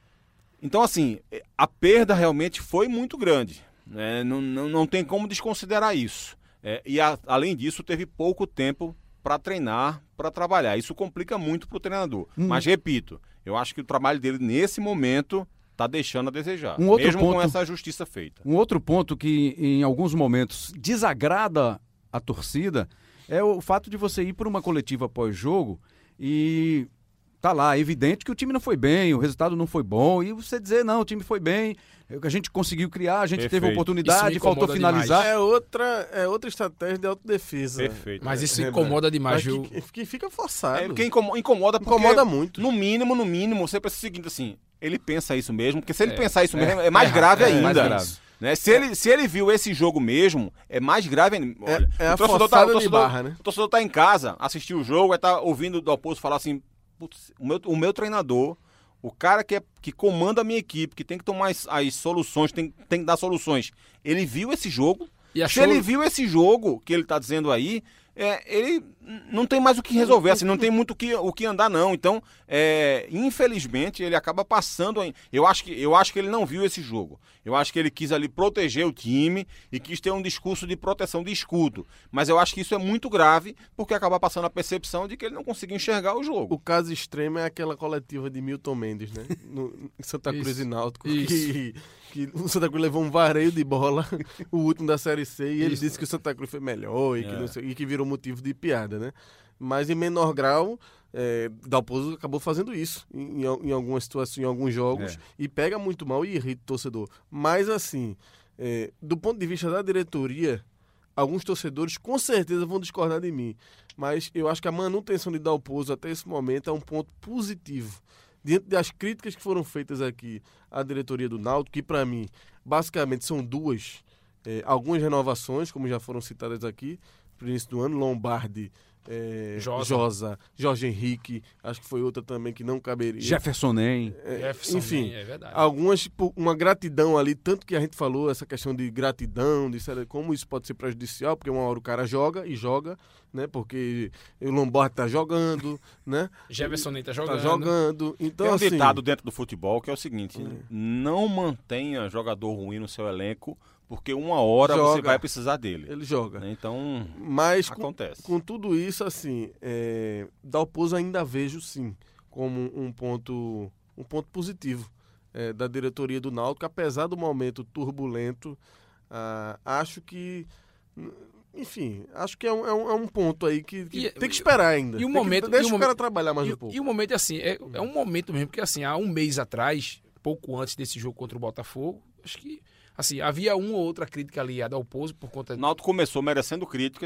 Então, assim, a perda realmente foi muito grande. Né? Não, não, não tem como desconsiderar isso. É, e a, além disso, teve pouco tempo para treinar, para trabalhar. Isso complica muito para o treinador. Hum. Mas, repito, eu acho que o trabalho dele, nesse momento, está deixando a desejar. Um outro mesmo ponto, com essa justiça feita. Um outro ponto que, em alguns momentos, desagrada a torcida é o fato de você ir para uma coletiva pós-jogo e... tá lá, é evidente que o time não foi bem, o resultado não foi bom, e você dizer, não, o time foi bem, a gente conseguiu criar, a gente Perfeito. teve oportunidade, faltou finalizar. É outra, é outra estratégia de autodefesa. Perfeito. Mas isso incomoda demais, viu? Que, que fica forçado. É porque incomoda, incomoda, porque, incomoda muito. No mínimo, no mínimo, você pensa o seguinte, assim, ele pensa isso mesmo, porque se ele É, pensar isso é, mesmo, é mais é, grave é, ainda. mais grave. Né? Se, ele, se ele viu esse jogo mesmo, é mais grave ainda. Olha, É, é a o torcedor forçada tá, o de torcedor, barra, né? O torcedor tá em casa, assistiu o jogo, aí tá ouvindo o Dalpozo falar assim, putz, o meu, o meu treinador, o cara que, é, que comanda a minha equipe, que tem que tomar as, as soluções, tem, tem que dar soluções, ele viu esse jogo. E achou... Se ele viu esse jogo que ele tá dizendo aí, é, ele não tem mais o que resolver, assim, não tem muito o que, o que andar, não. Então, é, infelizmente, ele acaba passando. Em, eu, acho que, eu acho que ele não viu esse jogo. Eu acho que ele quis ali proteger o time e quis ter um discurso de proteção, de escudo. Mas eu acho que isso é muito grave, porque acaba passando a percepção de que ele não conseguiu enxergar o jogo. O caso extremo é aquela coletiva de Milton Mendes, né? No, em Santa Cruz Isso. e Náutico. Isso. Que, que o Santa Cruz levou um vareio de bola, o último da Série C, e ele Isso. disse que o Santa Cruz foi melhor e que, É. não sei, e que virou motivo de piada, né? Mas em menor grau, é, Dalpozo acabou fazendo isso em, em algumas situações, em alguns jogos, É. e pega muito mal e irrita o torcedor. Mas assim, é, do ponto de vista da diretoria, alguns torcedores com certeza vão discordar de mim, mas eu acho que a manutenção de Dalpozo até esse momento é um ponto positivo. Diante das críticas que foram feitas aqui à diretoria do Náutico, que para mim basicamente são duas, é, algumas renovações, como já foram citadas aqui, no início do ano, Lombardi, é, Josa. Josa, Jorge Henrique, acho que foi outra também que não caberia. Jefferson Nem. É, Jefferson, enfim, é verdade. algumas, tipo, uma gratidão ali, tanto que a gente falou essa questão de gratidão, de sabe, como isso pode ser prejudicial, porque uma hora o cara joga e joga, né? Porque o Lombardi tá jogando, né? Jefferson nem tá Tá jogando. jogando. Então, Tem um assim, ditado dentro do futebol que é o seguinte: não mantenha jogador ruim no seu elenco, porque uma hora Joga. você vai precisar dele. ele joga. Né? Então, Mas com, acontece. com tudo isso, assim, é, Dalpozo ainda vejo sim como um ponto, um ponto positivo é, da diretoria do Náutico, apesar do momento turbulento. Ah, acho que, enfim, acho que é um, é um, é um ponto aí que, que E- tem que esperar ainda. e o Tem momento- que, deixa e o o cara momento- trabalhar mais E, um pouco. e o momento é assim, é, é um momento mesmo, porque assim, há um mês atrás, pouco antes desse jogo contra o Botafogo, acho que, assim, havia uma ou outra crítica ali a Dalpozo por conta... O Náutico começou merecendo críticas,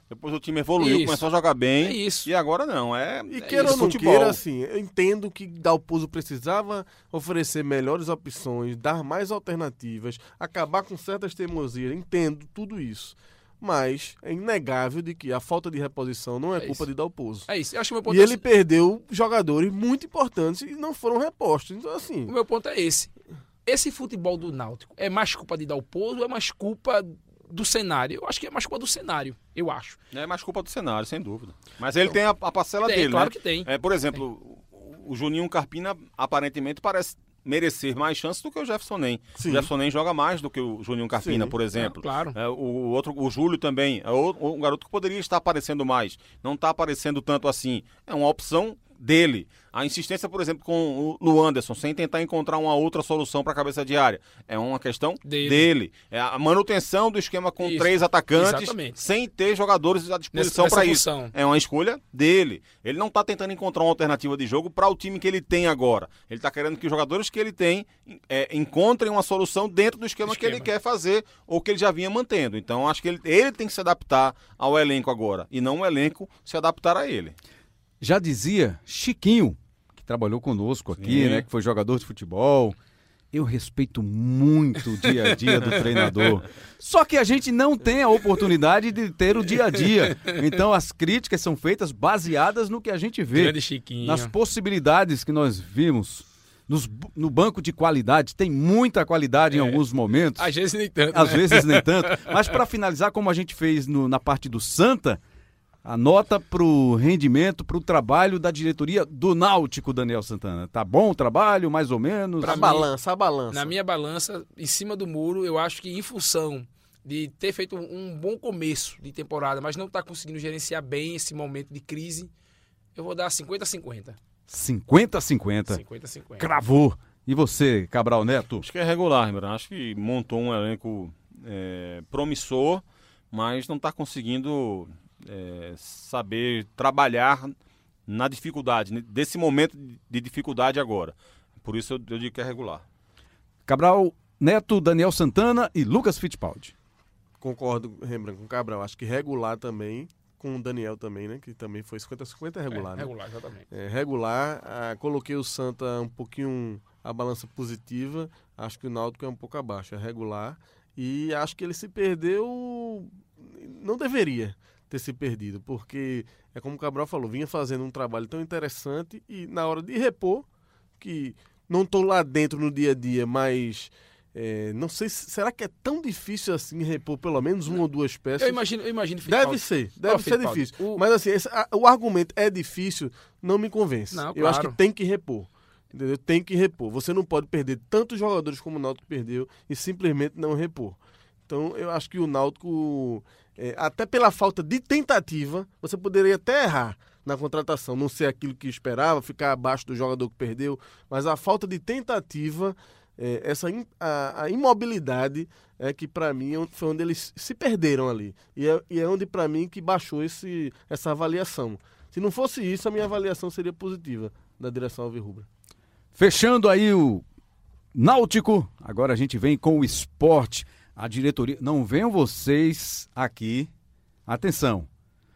depois o time evoluiu, Isso. começou a jogar bem. É isso. E agora não, é E é queira isso, ou não futebol. queira, assim, eu entendo que Dalpozo precisava oferecer melhores opções, dar mais alternativas, acabar com certas teimosias, entendo tudo isso. Mas é inegável de que a falta de reposição não é, É culpa isso. de Dalpozo. É isso. Eu acho que o meu ponto E é ele perdeu jogadores muito importantes e não foram repostos. Então, assim, O meu ponto é esse. Esse futebol do Náutico é mais culpa de Dalpozo ou é mais culpa do cenário? Eu acho que é mais culpa do cenário, eu acho. É mais culpa do cenário, sem dúvida. Mas ele tem a, a parcela Tem, dele, claro né? que tem. É, por exemplo, o, o Juninho Carpina aparentemente parece merecer mais chances do que o Jefferson Nem. Sim. O Jefferson Nem joga mais do que o Juninho Carpina, Sim. por exemplo. Ah, claro. É, o, o outro, o Júlio também, é o- um garoto que poderia estar aparecendo mais. Não está aparecendo tanto assim. É uma opção dele. A insistência, por exemplo, com o no Anderson, sem tentar encontrar uma outra solução para a cabeça de área, é uma questão Dele. dele. É a manutenção do esquema com Isso. três atacantes, Exatamente. sem ter jogadores à disposição Nessa- para nessa isso. função. É uma escolha dele. Ele não está tentando encontrar uma alternativa de jogo para o time que ele tem agora. Ele está querendo que os jogadores que ele tem é, encontrem uma solução dentro do esquema, que ele Esquema. quer fazer ou que ele já vinha mantendo. Então, acho que ele, ele tem que se adaptar ao elenco agora e não o elenco se adaptar a ele. Já dizia Chiquinho, que trabalhou conosco aqui, Sim. né? Que foi jogador de futebol. Eu respeito muito o dia a dia do treinador. Só que a gente não tem a oportunidade de ter o dia a dia. Então as críticas são feitas baseadas no que a gente vê. Grande Chiquinho. Nas possibilidades que nós vimos. Nos, no banco de qualidade, tem muita qualidade em alguns momentos. Às vezes nem tanto, Às né? vezes nem tanto. Mas para finalizar, como a gente fez no- na parte do Santa, a nota pro rendimento, pro trabalho da diretoria do Náutico, Daniel Santana. Tá bom o trabalho, mais ou menos? a mim- balança, a balança. Na minha balança, em cima do muro, eu acho que em função de ter feito um, um bom começo de temporada, mas não estar conseguindo gerenciar bem esse momento de crise, eu vou dar cinquenta a cinquenta. cinquenta a cinquenta. cinquenta a cinquenta. Cravou. E você, Cabral Neto? Acho que é regular, Rembrandt. Acho que montou um elenco é, promissor, mas não está conseguindo é, saber trabalhar na dificuldade, né, desse momento de dificuldade agora. Por isso eu, eu digo que é regular. Cabral Neto, Daniel Santana e Lucas Fittipaldi. Concordo, Rembrandt, com o Cabral. Acho que regular também, com o Daniel também, né? Que também foi cinquenta a cinquenta regular, É, né? regular, exatamente. É, regular, ah, coloquei o Santa um pouquinho a balança positiva, acho que o Náutico é um pouco abaixo, é regular, e acho que ele se perdeu, não deveria ter se perdido, porque é como o Cabral falou, vinha fazendo um trabalho tão interessante e na hora de repor, que não estou lá dentro no dia a dia, mas é, não sei, se, será que é tão difícil assim repor pelo menos uma ou duas peças? Eu imagino, eu imagino Deve ser, deve Ó, ser Fittipaldi, difícil. o- Mas assim, esse- a- o argumento é difícil, não me convence. Não, Eu acho claro. que tem que repor. Entendeu? Tem que repor. Você não pode perder tantos jogadores como o Náutico perdeu e simplesmente não repor. Então, eu acho que o Náutico, é, até pela falta de tentativa, você poderia até errar na contratação, não ser aquilo que esperava, ficar abaixo do jogador que perdeu, mas a falta de tentativa, é, essa im- a, a imobilidade é que para mim é onde- foi onde eles se perderam ali. E é, e é onde para mim que baixou esse, essa avaliação. Se não fosse isso, a minha avaliação seria positiva da direção alvirrubra. Fechando aí o Náutico, agora a gente vem com o esporte. A diretoria. Não venham vocês aqui. Atenção.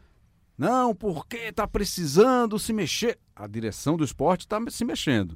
Não, porque tá precisando se mexer. A direção do esporte está se mexendo.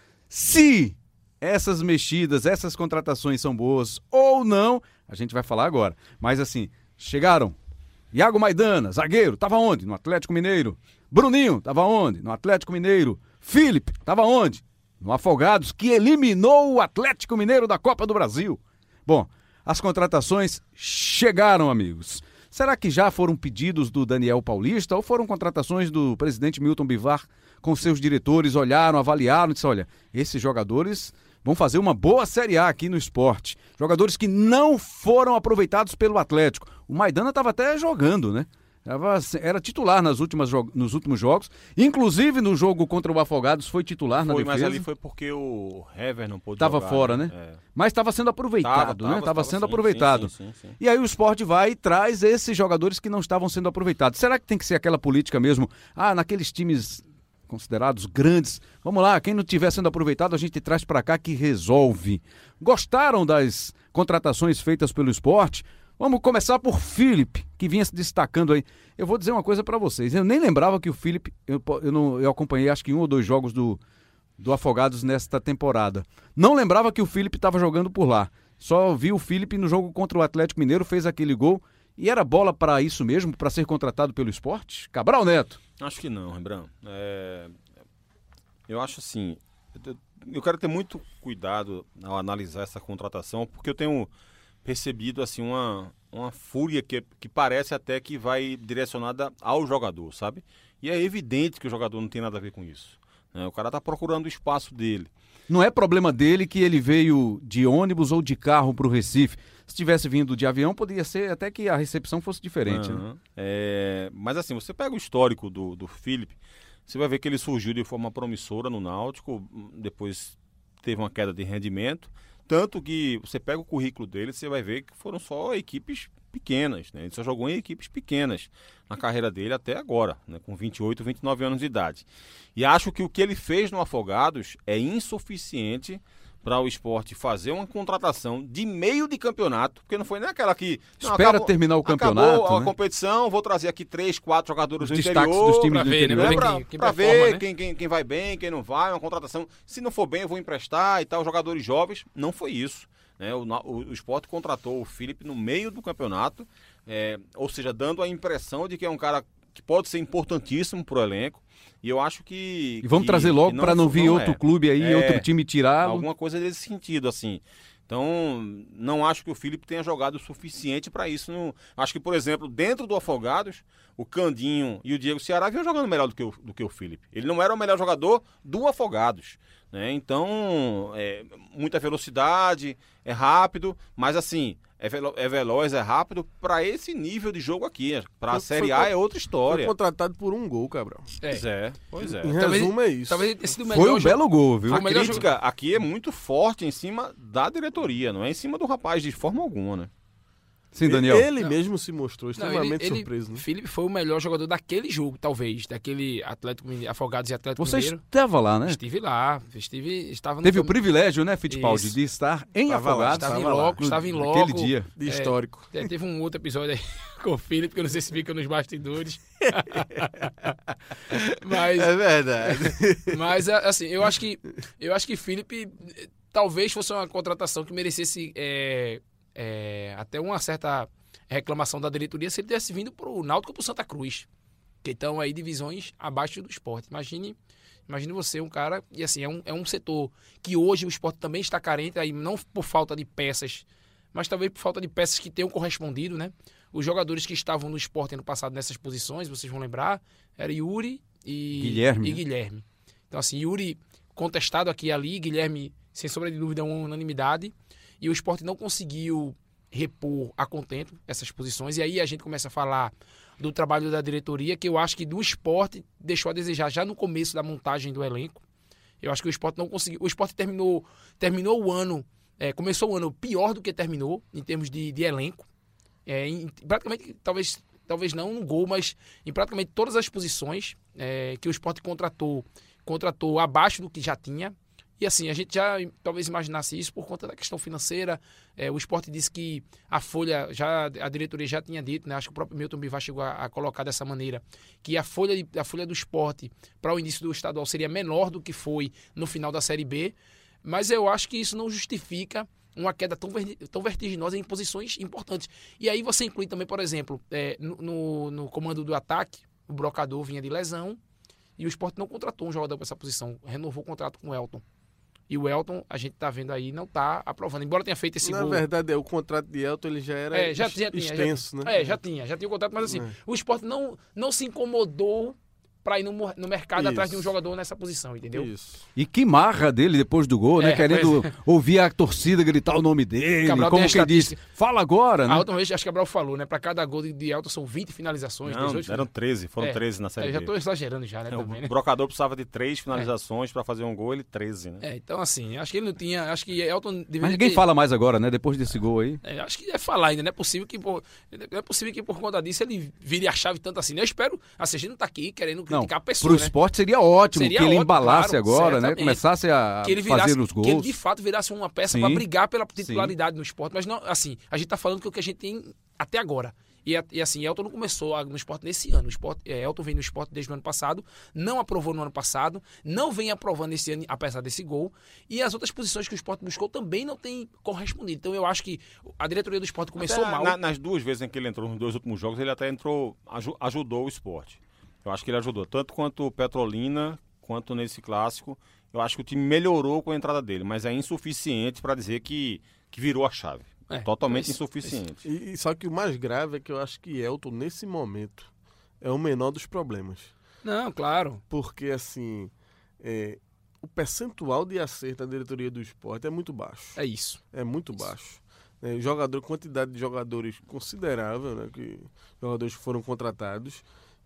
Se essas mexidas, essas contratações são boas ou não, a gente vai falar agora. Mas assim, chegaram. Iago Maidana, zagueiro, tava onde? No Atlético Mineiro. Bruninho, tava onde? No Atlético Mineiro. Felipe, tava onde? No Afogados, que eliminou o Atlético Mineiro da Copa do Brasil. Bom, as contratações chegaram, amigos. Será que já foram pedidos do Daniel Paulista ou foram contratações do presidente Milton Bivar com seus diretores, olharam, avaliaram e disseram, olha, esses jogadores vão fazer uma boa Série A aqui no esporte. Jogadores que não foram aproveitados pelo Atlético. O Maidana estava até jogando, né? Era titular nas últimas, nos últimos jogos. Inclusive no jogo contra o Afogados foi titular na Foi, defesa. mas ali foi porque o Hever não pôde Tava jogar, fora, né? É. Mas estava sendo aproveitado, Tava, né? tava, Estava tava, sendo sim, aproveitado. sim, sim, sim, sim. E aí o esporte vai e traz esses jogadores que não estavam sendo aproveitados. Será que tem que ser aquela política mesmo? Ah, naqueles times considerados grandes, vamos lá, quem não estiver sendo aproveitado a gente traz para cá que resolve. Gostaram das contratações feitas pelo esporte? Vamos começar por Felipe, que vinha se destacando aí. Eu vou dizer uma coisa para vocês. Eu nem lembrava que o Felipe... Eu, eu, não, eu acompanhei acho que um ou dois jogos do, do Afogados nesta temporada. Não lembrava que o Felipe estava jogando por lá. Só vi o Felipe no jogo contra o Atlético Mineiro, fez aquele gol. E era bola para isso mesmo, para ser contratado pelo esporte? Cabral Neto? Acho que não, Rembrandt. É... Eu acho assim... Eu quero ter muito cuidado ao analisar essa contratação, porque eu tenho percebido assim, uma, uma fúria que, que parece até que vai direcionada ao jogador, sabe? E é evidente que o jogador não tem nada a ver com isso. Né? O cara está procurando o espaço dele. Não é problema dele que ele veio de ônibus ou de carro para o Recife. Se tivesse vindo de avião, poderia ser até que a recepção fosse diferente. Uhum. Né? É... Mas assim, você pega o histórico do, do Felipe, você vai ver que ele surgiu de forma promissora no Náutico, depois teve uma queda de rendimento, tanto que você pega o currículo dele, você vai ver que foram só equipes pequenas, né? Ele só jogou em equipes pequenas na carreira dele até agora, né? Com vinte e oito, vinte e nove anos de idade. E acho que o que ele fez no Afogados é insuficiente para o Sport fazer uma contratação de meio de campeonato, porque não foi nem aquela que... Não, Espera acabou, terminar o campeonato, acabou a né? competição, vou trazer aqui três, quatro jogadores Os do destaques interior, dos times pra do ver, né? interior. né, Quem- pra, quem pra performa, ver né? quem, quem, quem vai bem, quem não vai, uma contratação. Se não for bem, eu vou emprestar e tal, jogadores jovens. Não foi isso. Né? O, o, o Sport contratou o Felipe no meio do campeonato, é, ou seja, dando a impressão de que é um cara que pode ser importantíssimo pro elenco. E eu acho que... E vamos que, trazer logo que para não vir não outro é. clube aí, É, outro time tirá-lo. Alguma coisa desse sentido, assim. Então, não acho que o Felipe tenha jogado o suficiente para isso. Não... Acho que, por exemplo, dentro do Afogados, o Candinho e o Diego Ceará vinham jogando melhor do que o, do que o Felipe. Ele não era o melhor jogador do Afogados. Né? Então, é, muita velocidade, é rápido, mas assim, é, velo, é veloz, é rápido para esse nível de jogo aqui. Para a Foi- Série foi A con- é outra história. Foi contratado por um gol, Cabral. É. Pois é, pois é. Em Talvez- resumo, é isso. Talvez ele tenha sido o melhor Foi um jogo- belo gol, viu? Foi A o melhor crítica aqui é muito forte em cima da diretoria, não é em cima do rapaz de forma alguma, né? Sim, Daniel. Ele Não. mesmo se mostrou Não, extremamente ele, ele, surpreso, né? Felipe foi o melhor jogador daquele jogo, talvez, daquele Atlético Mineiro, Afogados e Atlético Você Mineiro. estava lá, né? Estive lá, estive, estava no Teve o cam- privilégio, né, Fittipaldi, Isso. de estar em Tava lá, Afogados. Estava em Tava lá, loco, no- estava em naquele loco. dia. De É, histórico. É, teve um outro episódio aí com o Felipe, que eu não sei se fica nos bastidores. mas, É verdade. mas assim, eu acho que eu acho que Felipe eh, talvez fosse uma contratação que merecesse é, é, até uma certa reclamação da diretoria se ele tivesse vindo para o Náutico ou para o Santa Cruz, que estão aí divisões abaixo do Sport. Imagine, imagine você um cara, e assim, é um, é um setor que hoje o Sport também está carente, aí não por falta de peças, mas talvez por falta de peças que tenham correspondido, né? Os jogadores que estavam no Sport ano passado nessas posições, vocês vão lembrar, era Yuri e Guilherme, E né? Guilherme. Então assim, Yuri contestado aqui e ali, Guilherme, sem sombra de dúvida, uma unanimidade, e o Sport não conseguiu repor a contento essas posições, e aí a gente começa a falar do trabalho da diretoria, que eu acho que do Sport deixou a desejar já no começo da montagem do elenco. Eu acho que o Sport não conseguiu. O Sport terminou, terminou o ano, é, começou o ano pior do que terminou, em termos de, de elenco. É, em, praticamente, talvez, talvez não no gol, mas em praticamente todas as posições é, que o Sport contratou, contratou abaixo do que já tinha. E assim, a gente já talvez imaginasse isso por conta da questão financeira. É, o Sport disse que a folha, já, a diretoria já tinha dito, né? Acho que o próprio Milton Bivar chegou a, a colocar dessa maneira, que a folha, de, a folha do Sport para o início do estadual seria menor do que foi no final da Série B. Mas eu acho que isso não justifica uma queda tão, ver, tão vertiginosa em posições importantes. E aí você inclui também, por exemplo, é, no, no, no comando do ataque, o Brocador vinha de lesão e o Sport não contratou um jogador para essa posição, renovou o contrato com o Elton. E o Elton, a gente tá vendo aí, não tá aprovando. Embora tenha feito esse Na gol... verdade, é, o contrato de Elton ele já era É, já, ex- já tinha, extenso, já, né? É, já tinha, já tinha o contrato, mas assim, É. o Sport não, não se incomodou para ir no, no mercado Isso. atrás de um jogador nessa posição, entendeu? Isso. E que marra dele depois do gol, né? É, Querendo pois ouvir a torcida gritar o nome dele. Cabral Como tem a quem disse, estatística. fala agora, né? A última vez, acho que o Cabral falou, né? Para cada gol de, de Elton são vinte finalizações, Não, dezoito. eram treze, foram É, treze na Série Eu já B. tô exagerando já, né? É, Também, né? O Brocador precisava de três finalizações para fazer um gol, ele treze, né? É, então assim, acho que ele não tinha, acho que Elton deveria Mas ninguém ter- fala mais agora, né? Depois desse gol aí. É, acho que é falar ainda, não é possível que por, não é possível que por conta disso ele vire a chave tanto assim. Eu espero, assim, a gente não tá aqui querendo Não, criticar a pessoa, pro né? esporte seria ótimo Seria que ele ótimo, embalasse claro, agora, né? certamente. Começasse a Que ele virasse, fazer os que ele gols. de fato virasse uma peça Sim. para brigar pela titularidade no esporte, mas não, assim, a gente tá falando que o que a gente tem até agora. E, e assim, Elton não começou no esporte nesse ano. O esporte, é, Elton vem no esporte desde o ano passado, não aprovou no ano passado, não vem aprovando esse ano, apesar desse gol. E as outras posições que o esporte buscou também não tem correspondido. Então eu acho que a diretoria do esporte começou até mal. Na, nas duas vezes em que ele entrou nos dois últimos jogos, ele até entrou, aju, ajudou o esporte. Eu acho que ele ajudou, tanto quanto o Petrolina, quanto nesse clássico. Eu acho que o time melhorou com a entrada dele, mas é insuficiente para dizer que, que virou a chave. É, Totalmente isso, insuficiente. Isso. E, só que o mais grave é que eu acho que Elton, nesse momento, é o menor dos problemas. Não, claro. Porque, assim, é, o percentual de acerto da diretoria do esporte é muito baixo. É isso. É muito isso. baixo. É, jogador, quantidade de jogadores considerável, né, que, jogadores que foram contratados.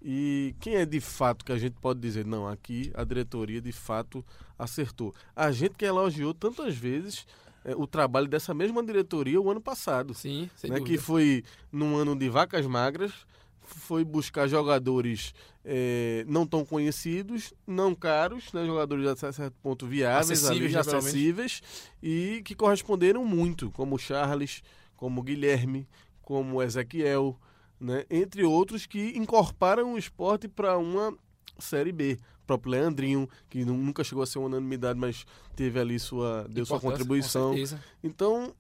E quem é de fato que a gente pode dizer, não, aqui a diretoria de fato acertou. A gente que elogiou tantas vezes é, o trabalho dessa mesma diretoria o ano passado. Sim, sem né, dúvida. que foi num ano de vacas magras, foi buscar jogadores é, não tão conhecidos, não caros, né, jogadores a certo ponto viáveis, acessíveis, ali, acessíveis e que corresponderam muito, como Charles, como Guilherme, como Ezequiel, né, entre outros que incorporaram o esporte para uma Série B. O próprio Leandrinho, que nunca chegou a ser uma unanimidade, mas teve ali sua, deu sua contribuição. Então,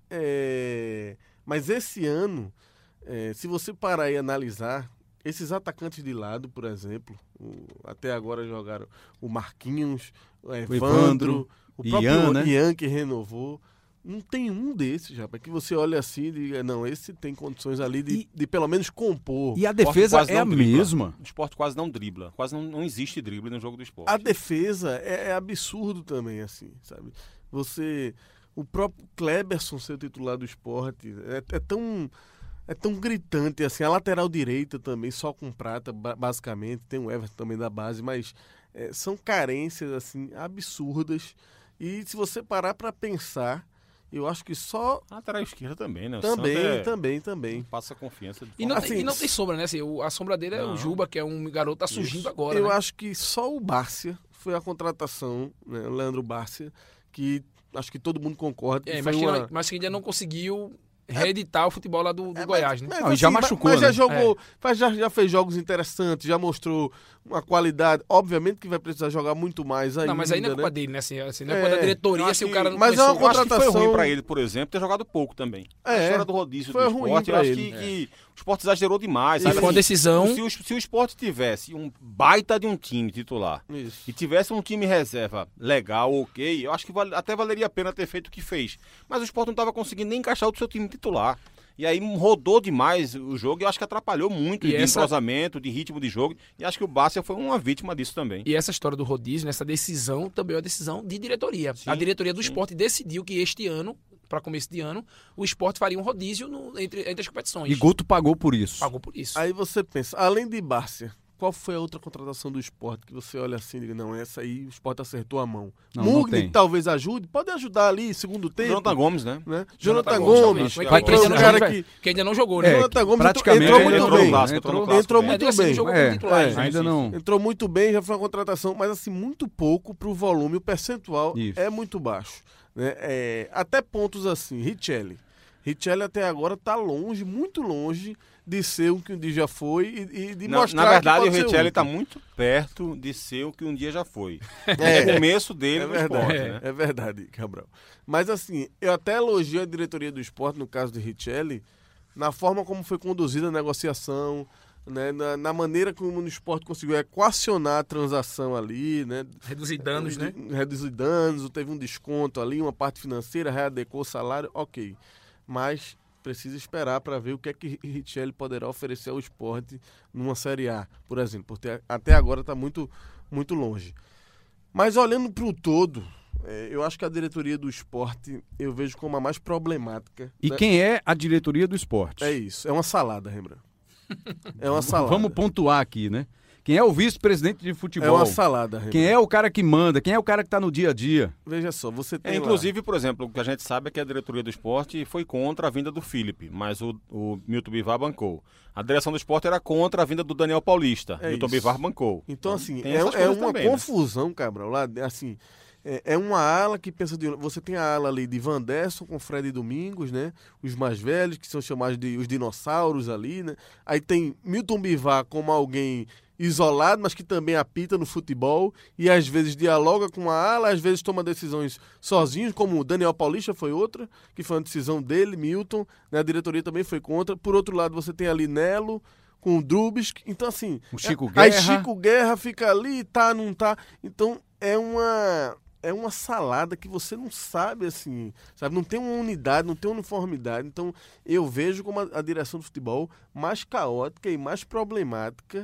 é... mas esse ano, é, se você parar e analisar, esses atacantes de lado, por exemplo, o, até agora jogaram o Marquinhos, o Evandro, o, Evandro, o próprio Ian, né? Ian que renovou. Não tem um desses, rapaz, que você olha assim e diga, não, esse tem condições ali de, e, de pelo menos compor. E a defesa é a dribla. mesma. O esporte quase não dribla, quase não, não existe drible no jogo do esporte. A defesa é, é absurdo também, assim, sabe? Você, o próprio Kleberson ser titular do esporte, é, é tão... É tão gritante, assim, a lateral direita também, só com prata, basicamente, tem o Everton também da base, mas é, são carências, assim, absurdas, e se você parar para pensar, eu acho que só... A lateral esquerda também, né? O também, é... também, também. Passa confiança. De e, não assim, tem, e não tem sombra, né? Assim, o, a sombra dele não. é o Juba, que é um garoto que tá surgindo Isso. agora, Eu né? acho que só o Bárcia foi a contratação, né, o Leandro Bárcia, que acho que todo mundo concorda. Que é, foi mas, que uma... não, mas que ainda não conseguiu... reeditar o futebol lá do, do é, Goiás, mas, né? Mas, não, assim, já machucou, mas, mas né? já jogou, é. faz, já, já fez jogos interessantes, já mostrou uma qualidade. Obviamente que vai precisar jogar muito mais ainda. Não, mas aí não é culpa né? dele, né? Assim, assim, não é culpa é. da diretoria se que, o cara não mas começou. é uma contratação... Eu acho que foi ruim pra ele, por exemplo, ter jogado pouco também. É, a história do rodízio foi do ruim esporte, eu acho ele. que, É. que o esporte exagerou demais. E foi uma decisão... Se o, se o esporte tivesse um baita de um time titular Isso. e tivesse um time reserva legal, ok, eu acho que vale, até valeria a pena ter feito o que fez. Mas o esporte não estava conseguindo nem encaixar o seu time titular. E aí rodou demais o jogo e eu acho que atrapalhou muito e de essa... entrosamento, de ritmo de jogo. E acho que o Bárcia foi uma vítima disso também. E essa história do rodízio, nessa decisão, também é uma decisão de diretoria. Sim, a diretoria do sim. esporte decidiu que este ano, para começo de ano, o esporte faria um rodízio no, entre, entre as competições. E Guto pagou por isso. Pagou por isso. Aí você pensa, além de Bárcia, qual foi a outra contratação do esporte que você olha assim e diga, não, essa aí o esporte acertou a mão. Não, Mugni não talvez ajude, pode ajudar ali, segundo tempo. Jonathan Gomes, né? né? Jonathan Jonathan Gomes, Gomes. Gomes vai que, ainda um não cara jogou, que... que ainda não jogou, né? É, Jonathan Gomes praticamente entrou ele muito entrou bem. no clássico, entrou, entrou no clássico entrou bem. muito É, assim, bem. jogou É, como titular, é, né? ainda sim, não... Entrou muito bem, já foi uma contratação, mas assim, muito pouco pro volume, o percentual Isso. é muito baixo. Né? É, até pontos assim, Richelli. Richelli até agora tá longe, muito longe de ser o que um dia já foi e, e de Na, mostrar na verdade, que o pode ser Richelli útil. está muito perto de ser o que um dia já foi. É. O começo dele É no verdade, esporte, é, né? é verdade, Cabral. Mas assim, eu até elogio a diretoria do esporte, no caso de Richelli, na forma como foi conduzida a negociação, né, na, na maneira como o esporte conseguiu equacionar a transação ali, né? Reduzir danos, né? Reduzir danos, teve um desconto ali, uma parte financeira, readequou o salário, ok. Mas precisa esperar para ver o que é que Richelli poderá oferecer ao esporte numa Série A, por exemplo, porque até agora está muito, muito longe. Mas olhando para o todo, é, eu acho que a diretoria do esporte eu vejo como a mais problemática. E né? quem é a diretoria do esporte? É isso, é uma salada, Rembrandt. É uma salada. Vamos pontuar aqui, né? Quem é o vice-presidente de futebol? É uma salada, Rembrandt. Quem é o cara que manda? Quem é o cara que está no dia a dia? Veja só, você tem É, lá- inclusive, por exemplo, o que a gente sabe é que a diretoria do esporte foi contra a vinda do Felipe, mas o, o Milton Bivar bancou. A direção do esporte era contra a vinda do Daniel Paulista, É Milton isso. Bivar bancou. Então, assim, tem é, essas é coisas uma também, né? confusão, Cabral. Lá, assim, É, é uma ala que pensa de... Você tem a ala ali de Wanderson com Fred e Domingos, né? Os mais velhos, que são chamados de os dinossauros ali, né? Aí tem Milton Bivar como alguém isolado, mas que também apita no futebol e às vezes dialoga com a ala, às vezes toma decisões sozinho, como o Daniel Paulista foi outra, que foi uma decisão dele, Milton, né? A diretoria também foi contra. Por outro lado, você tem ali Nelo com o Drubis, então assim... O Chico é, Guerra. Aí Chico Guerra fica ali, tá, não tá. Então é uma... É uma salada que você não sabe, assim, sabe? Não tem uma unidade, não tem uma uniformidade. Então, eu vejo como a, a direção do futebol mais caótica e mais problemática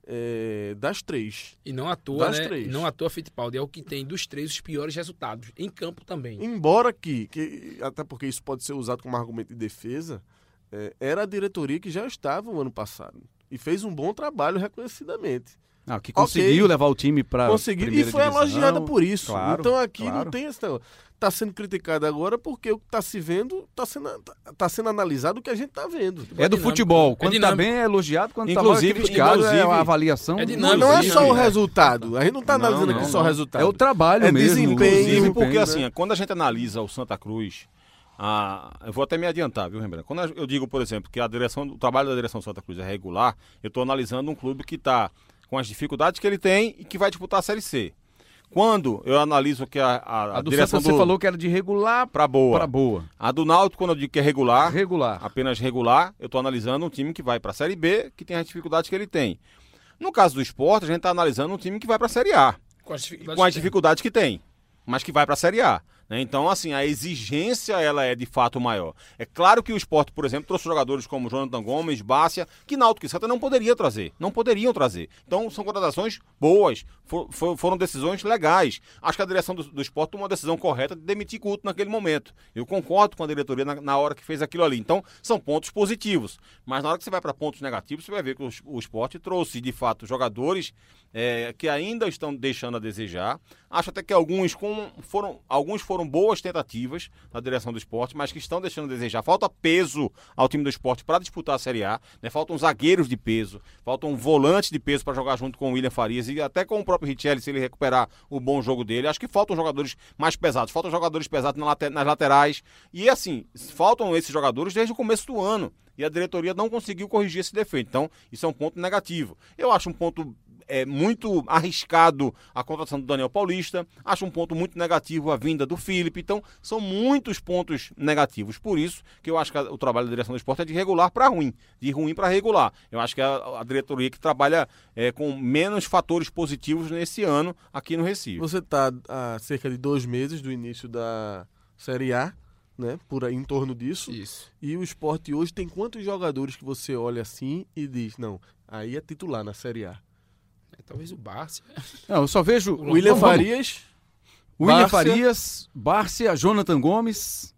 é, das três. E não à toa, das né? três. Não à toa, Fittipaldi é o que tem dos três os piores resultados. Em campo também. Embora que, que até porque isso pode ser usado como argumento de defesa, é, era a diretoria que já estava o ano passado. E fez um bom trabalho reconhecidamente. Ah, que conseguiu Ok. levar o time para Conseguiu, e foi elogiada por isso. Claro, então aqui claro. não tem essa... Está sendo criticado agora porque o que está se vendo está sendo, tá, tá sendo analisado o que a gente está vendo. É do dinâmico. futebol. Quando É tá dinâmico. bem é elogiado, quando Inclusive- tá mal é criticado, inclusive- é a avaliação. É Não, dinâmico. não é Sim, só o é. resultado. A gente não está Não, analisando não, aqui só o não. resultado. É o trabalho É mesmo. desempenho, Inclusive, desempenho, porque né? assim, quando a gente analisa o Santa Cruz, a... eu vou até me adiantar, viu, Rembrandt? Quando eu digo, por exemplo, que a direção, o trabalho da direção do Santa Cruz é regular, eu estou analisando um clube que está com as dificuldades que ele tem e que vai disputar a Série C. Quando eu analiso que a, a, A a do direção Santa você do... falou que era de regular pra boa. para boa. A do Náutico, quando eu digo que é regular, Regular. apenas regular, eu estou analisando um time que vai para a Série B, que tem as dificuldades que ele tem. No caso do Sport, a gente está analisando um time que vai para a Série A, Com as dificuldades. com as que tem. dificuldades que tem, mas que vai para a Série A. Né? Então, assim, a exigência ela é de fato maior. É claro que o Sport, por exemplo, trouxe jogadores como Jonathan Gomes, Bárcia, que Náutico e Santa não poderia trazer, não poderiam trazer. Então, são contratações boas, for, for, foram decisões legais. Acho que a direção do, do Sport tomou uma decisão correta de demitir Guto naquele momento. Eu concordo com a diretoria na, na hora que fez aquilo ali. Então, são pontos positivos. Mas na hora que você vai para pontos negativos, você vai ver que o, o Sport trouxe, de fato, jogadores é, que ainda estão deixando a desejar. Acho até que alguns com, foram, alguns foram boas tentativas na direção do Sport, mas que estão deixando a desejar. Falta peso ao time do Sport para disputar a Série A, né? Faltam zagueiros de peso, faltam volantes de peso para jogar junto com o William Farias e até com o próprio Richelli, se ele recuperar o bom jogo dele. Acho que faltam jogadores mais pesados, faltam jogadores pesados na late- nas laterais. E assim, faltam esses jogadores desde o começo do ano. E a diretoria não conseguiu corrigir esse defeito. Então, isso é um ponto negativo. Eu acho um ponto é muito arriscado a contratação do Daniel Paulista, acho um ponto muito negativo a vinda do Felipe, então são muitos pontos negativos, por isso que eu acho que a, o trabalho da direção do esporte é de regular para ruim, de ruim para regular. Eu acho que é a, a diretoria que trabalha é, com menos fatores positivos nesse ano aqui no Recife. Você está há cerca de dois meses do início da Série A, né? Por aí, em torno disso. Isso. E o Sport hoje tem quantos jogadores que você olha assim e diz, não, aí é titular na Série A? É, talvez o Barça. Não, eu só vejo O William Vamos, vamos. Farias, William Bárcia. Farias, Bárcia, Jonathan Gomes,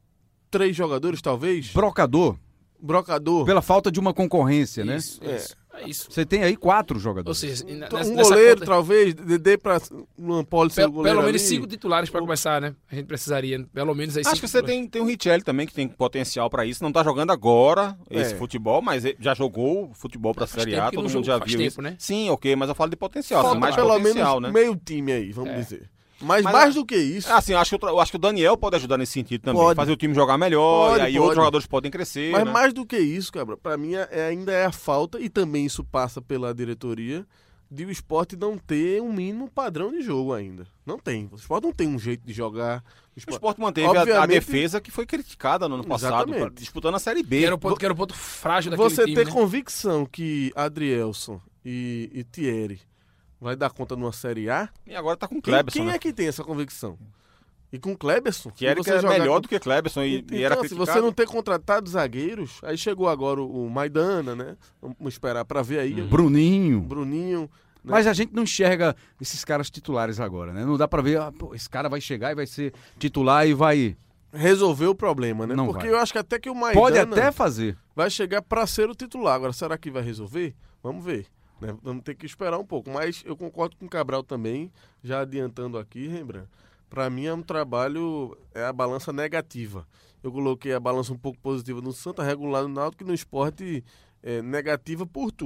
três jogadores talvez, Brocador, Brocador, pela falta de uma concorrência, né? Isso, É. isso. É isso. Você tem aí quatro Ou jogadores. seja, n- um nessa- nessa goleiro conta- talvez, Dedê para Luan Poli ser o Pe- goleiro pelo menos ali. cinco titulares para começar, né? A gente precisaria, pelo menos aí Acho cinco que você titulares. tem, tem o Richelli também, que tem potencial para isso. Não tá jogando agora esse É. futebol, mas ele já jogou futebol para a Faz Série tempo A, que todo não mundo joga, já faz viu tempo, isso. né? Sim, ok, mas eu falo de potencial, Falta assim, mais pelo potencial, menos né? meio time aí, vamos É. dizer. Mas, Mas mais a- do que isso, Assim, eu acho que, o tra- eu acho que o Daniel pode ajudar nesse sentido também. Pode. Fazer o time jogar melhor, Pode, e aí pode. outros jogadores podem crescer. mas né? mais do que isso, cabra, pra mim é, ainda é a falta, e também isso passa pela diretoria, de o Sport não ter um mínimo padrão de jogo ainda. Não tem. O Sport não tem um jeito de jogar. O O Sport... Sport manteve a- a, Obviamente- defesa que foi criticada no ano passado, Exatamente. pra- disputando a Série B. Que era o ponto, que era o ponto frágil daquele Você time, ter né? convicção que Adrielson e, e Thierry vai dar conta numa Série A, E agora tá com o quem, Kleberson, quem né? é que tem essa convicção? E com o Kleberson? Que era, você que era jogar melhor com- do que Kleberson e, Então, e era se criticado. você não ter contratado zagueiros, aí chegou agora o, o Maidana, né? Vamos esperar pra ver aí. Uhum. O Bruninho. Bruninho. né? Mas a gente não enxerga esses caras titulares agora, né? Não dá pra ver, ah, pô, esse cara vai chegar e vai ser titular e vai... Resolveu o problema, né? Não Porque vai. eu acho que até que o Maidana Pode até fazer. vai chegar pra ser o titular. Agora, será que vai resolver? Vamos ver. Né? Vamos ter que esperar um pouco. Mas eu concordo com o Cabral também, já adiantando aqui, Rembrandt. Pra mim é um trabalho, é a balança negativa. Eu coloquei a balança um pouco positiva no Santa, regular no Náutico, e no Sport é, negativa por tudo.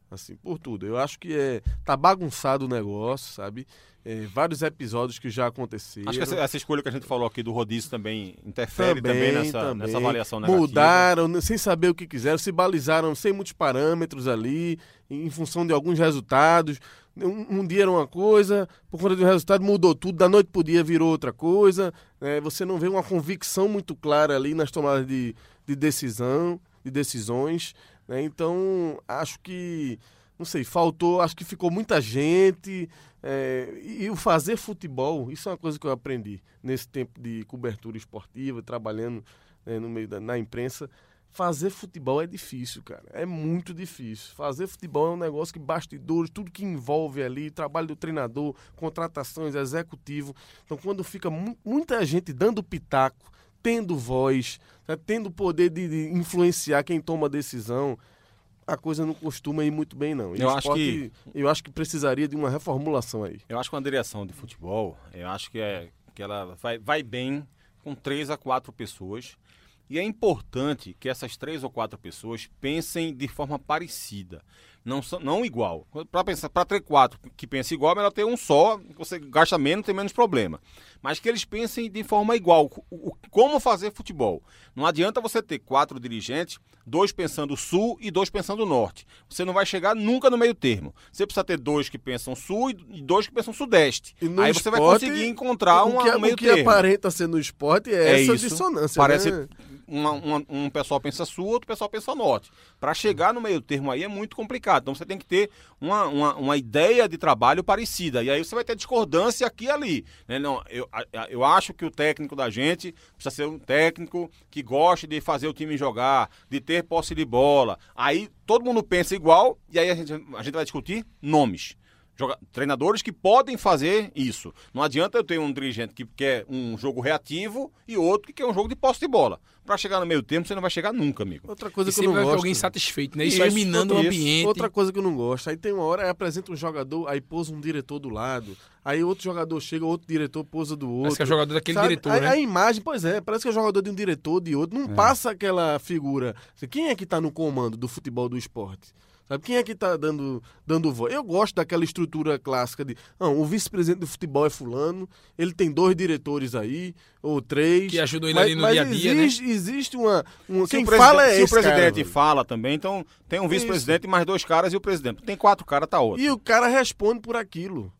assim, por tudo. Eu acho que é, tá bagunçado o negócio, sabe? É, vários episódios que já aconteceram. Acho que essa, essa escolha que a gente falou aqui do rodízio também interfere também, também, nessa, também. nessa avaliação negativa. Mudaram, sem saber o que quiseram, se balizaram sem muitos parâmetros ali, em função de alguns resultados. Um, um dia era uma coisa, por conta de um resultado mudou tudo, da noite pro dia virou outra coisa. É, você não vê uma convicção muito clara ali nas tomadas de, de decisão, de decisões. Né? Então, acho que, não sei, faltou, acho que ficou muita gente. É, e, e o fazer futebol, isso é uma coisa que eu aprendi nesse tempo de cobertura esportiva, trabalhando né, no meio da, na imprensa. Fazer futebol é difícil, cara. É muito difícil. Fazer futebol é um negócio que bastidores, tudo que envolve ali, trabalho do treinador, contratações, executivo. Então, quando fica mu- muita gente dando pitaco, tendo voz, né, tendo o poder de, de influenciar quem toma a decisão, a coisa não costuma ir muito bem, não. E eu, o acho esporte, que... eu acho que precisaria de uma reformulação aí. Eu acho que uma direção de futebol, eu acho que, é, que ela vai, vai bem com três a quatro pessoas. E é importante que essas três ou quatro pessoas pensem de forma parecida, não, não igual. Para pensar, para ter quatro que pensem igual, é melhor ter um só, você gasta menos, tem menos problema. Mas que eles pensem de forma igual, o, o, como fazer futebol. Não adianta você ter quatro dirigentes, dois pensando sul e dois pensando norte. Você não vai chegar nunca no meio termo. Você precisa ter dois que pensam sul e dois que pensam sudeste. Aí você esporte, vai conseguir encontrar uma, que, um meio termo. O que termo. aparenta ser no esporte é, é essa isso. dissonância. Parece... Né? Uma, uma, um pessoal pensa sul, outro pessoal pensa norte. Para chegar no meio termo aí é muito complicado. Então você tem que ter uma, uma, uma ideia de trabalho parecida. E aí você vai ter discordância aqui e ali. Né? Não, eu, eu acho que o técnico da gente precisa ser um técnico que goste de fazer o time jogar, de ter posse de bola. Aí todo mundo pensa igual e aí a gente, a gente vai discutir nomes. Joga... Treinadores que podem fazer isso. Não adianta eu ter um dirigente que quer um jogo reativo e outro que quer um jogo de posse de bola. Para chegar no meio tempo, você não vai chegar nunca, amigo. Outra coisa e que eu não vai gosto... alguém satisfeito, né? Isso, isso vai minando o isso. ambiente. Outra coisa que eu não gosto. Aí tem uma hora, aí apresenta um jogador, aí pôs um diretor do lado. Aí outro jogador chega, outro diretor pousa do outro. Parece que é jogador daquele sabe? diretor, aí, né? A imagem, pois é, parece que é jogador de um diretor, de outro. Não é. Passa aquela figura. Quem é que tá no comando do futebol do esporte? Sabe? Quem é que tá dando, dando voz? Eu gosto daquela estrutura clássica de não, o vice-presidente do futebol é fulano, ele tem dois diretores aí, ou três. Que ajudam ele mas, ali no mas dia a dia, existe, né? Existe uma... uma se quem o fala é Se esse o presidente cara, fala também, então tem um vice-presidente e mais dois caras e o presidente. Tem quatro caras, tá outro. E o cara responde por aquilo.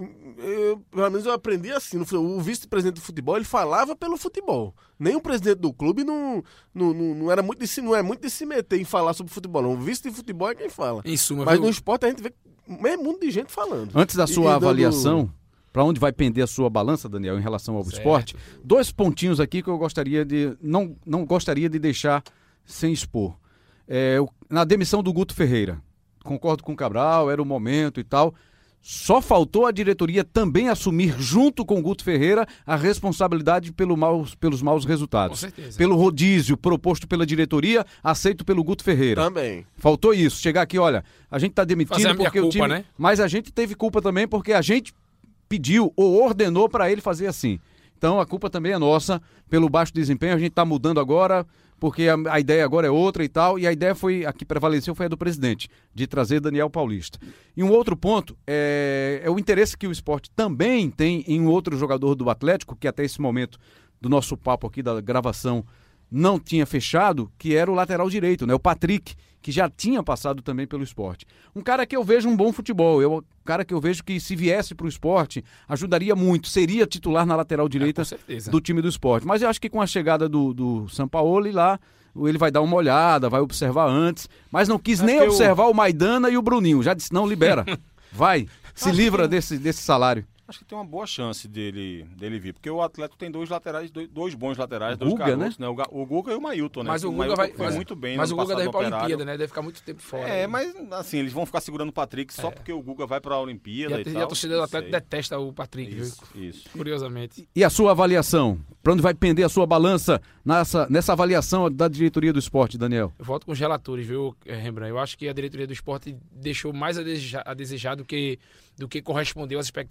Eu, pelo menos eu aprendi assim. O vice-presidente do futebol, ele falava pelo futebol. Nem o presidente do clube não, não, não, não, era muito de se, não é muito de se meter em falar sobre futebol. Não. O vice de futebol é quem fala. Em suma, Mas viu? no esporte a gente vê meio mundo de gente falando. Antes da sua e, e dando... avaliação, para onde vai pender a sua balança, Daniel, em relação ao certo. esporte, dois pontinhos aqui que eu gostaria de não, não gostaria de deixar sem expor. É, na demissão do Guto Ferreira, concordo com o Cabral, era o momento e tal. Só faltou a diretoria também assumir, junto com o Guto Ferreira, a responsabilidade pelo maus, pelos maus resultados. Com certeza. Pelo rodízio proposto pela diretoria, aceito pelo Guto Ferreira. Também. Faltou isso. Chegar aqui, olha, a gente está demitindo Fazer a minha porque culpa, o time... né? Mas a gente teve culpa também porque a gente pediu ou ordenou para ele fazer assim. Então a culpa também é nossa pelo baixo desempenho. A gente está mudando agora porque a, a ideia agora é outra e tal. E a ideia foi, a que prevaleceu foi a do presidente, de trazer Daniel Paulista. E um outro ponto é, é o interesse que o esporte também tem em um outro jogador do Atlético, que até esse momento do nosso papo aqui da gravação não tinha fechado, que era o lateral direito, né? O Patrick, que já tinha passado também pelo esporte. Um cara que eu vejo um bom futebol, eu, um cara que eu vejo que se viesse para o esporte, ajudaria muito, seria titular na lateral direita é, do time do esporte. Mas eu acho que com a chegada do, do Sampaoli lá, ele vai dar uma olhada, vai observar antes, mas não quis acho nem eu... observar o Maidana e o Bruninho, já disse, não, libera, vai, se acho livra que... desse, desse salário. Acho que tem uma boa chance dele, dele vir, porque o Atlético tem dois laterais, dois, dois bons laterais, dois Guga, garotos, né? né? O, Ga- o Guga e o Mailton, né? Mas o Guga Mailton vai foi mas, muito bem. Mas no o Guga passado deve ir pra Operário. Olimpíada, né? Deve ficar muito tempo fora. É, né? mas assim, eles vão ficar segurando o Patrick só é. porque o Guga vai pra Olimpíada e, e, a, tal. e a torcida do Atlético detesta o Patrick, Isso, viu? isso. Curiosamente. E a sua avaliação? Para onde vai pender a sua balança nessa, nessa avaliação da diretoria do esporte, Daniel? Eu volto com os relatores, viu, Rembrandt? Eu acho que a diretoria do esporte deixou mais a desejar, a desejar do, que, do que correspondeu às expectativas. Eu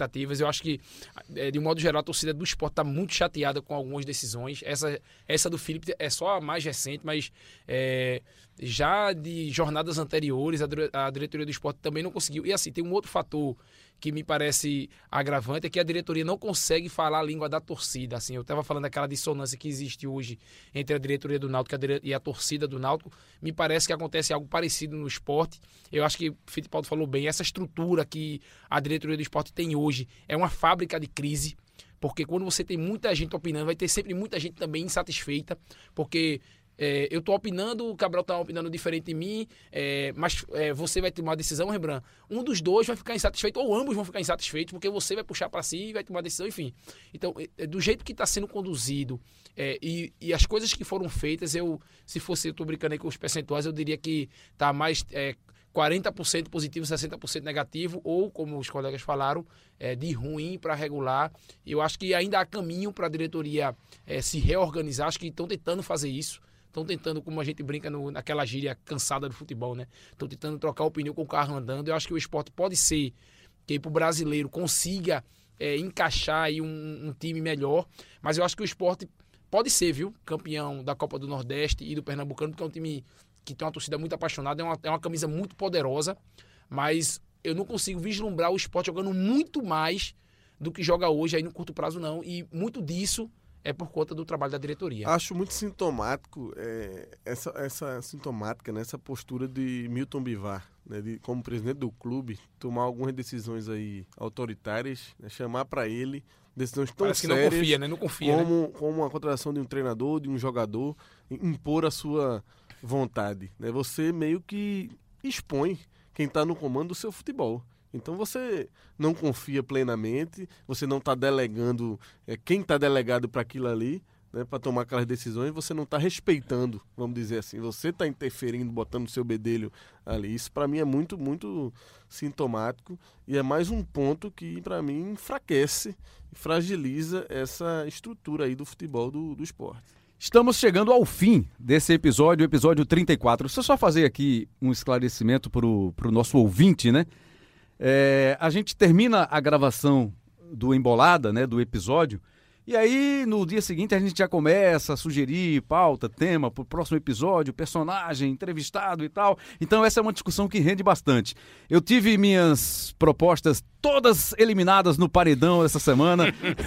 acho que, de um modo geral, a torcida do Sport está muito chateada com algumas decisões. Essa, essa do Felipe é só a mais recente, mas é, já de jornadas anteriores, a, a diretoria do Sport também não conseguiu. E assim, tem um outro fator que me parece agravante, é que a diretoria não consegue falar a língua da torcida. Assim, eu estava falando daquela dissonância que existe hoje entre a diretoria do Náutico e a torcida do Náutico. Me parece que acontece algo parecido no Sport. Eu acho que o Fittipaldi falou bem, essa estrutura que a diretoria do Sport tem hoje é uma fábrica de crise, porque quando você tem muita gente opinando, vai ter sempre muita gente também insatisfeita, porque é, eu estou opinando, o Cabral está opinando diferente de mim, é, mas é, você vai tomar uma decisão, Rembrandt, um dos dois vai ficar insatisfeito, ou ambos vão ficar insatisfeitos, porque você vai puxar para si e vai tomar uma decisão, enfim. Então, é, do jeito que está sendo conduzido é, e, e as coisas que foram feitas, eu, se fosse, eu estou brincando aí com os percentuais, eu diria que está mais é, quarenta por cento positivo, sessenta por cento negativo, ou, como os colegas falaram, é, de ruim para regular. Eu acho que ainda há caminho para a diretoria é, se reorganizar, acho que estão tentando fazer isso. Estão tentando, como a gente brinca no, naquela gíria cansada do futebol, né? Estão tentando trocar o pneu com o carro andando. Eu acho que o Sport pode ser que para o brasileiro consiga é, encaixar aí um, um time melhor, mas eu acho que o Sport pode ser, viu? Campeão da Copa do Nordeste e do Pernambucano, porque é um time que tem uma torcida muito apaixonada, é uma, é uma camisa muito poderosa, mas eu não consigo vislumbrar o Sport jogando muito mais do que joga hoje aí no curto prazo, não. E muito disso é por conta do trabalho da diretoria. Acho muito sintomático é, essa, essa sintomática, né, essa postura de Milton Bivar, né, de, como presidente do clube, tomar algumas decisões aí autoritárias, né, chamar para ele decisões tão Parece que sérias, não confia, né? Não confia, como, né? como a contratação de um treinador, de um jogador, impor a sua vontade. Né? Você meio que expõe quem está no comando do seu futebol. Então você não confia plenamente, você não está delegando é, quem está delegado para aquilo ali, né, para tomar aquelas decisões, você não está respeitando, vamos dizer assim, você está interferindo, botando o seu bedelho ali. Isso para mim é muito, muito sintomático e é mais um ponto que para mim enfraquece e fragiliza essa estrutura aí do futebol do, do esporte. Estamos chegando ao fim desse episódio, episódio trinta e quatro. Deixa eu só fazer aqui um esclarecimento para o nosso ouvinte, né? É, a gente termina a gravação do Embolada, né, do episódio, e aí no dia seguinte a gente já começa a sugerir pauta, tema para o próximo episódio, personagem, entrevistado e tal. Então essa é uma discussão que rende bastante. Eu tive minhas propostas todas eliminadas no paredão essa semana.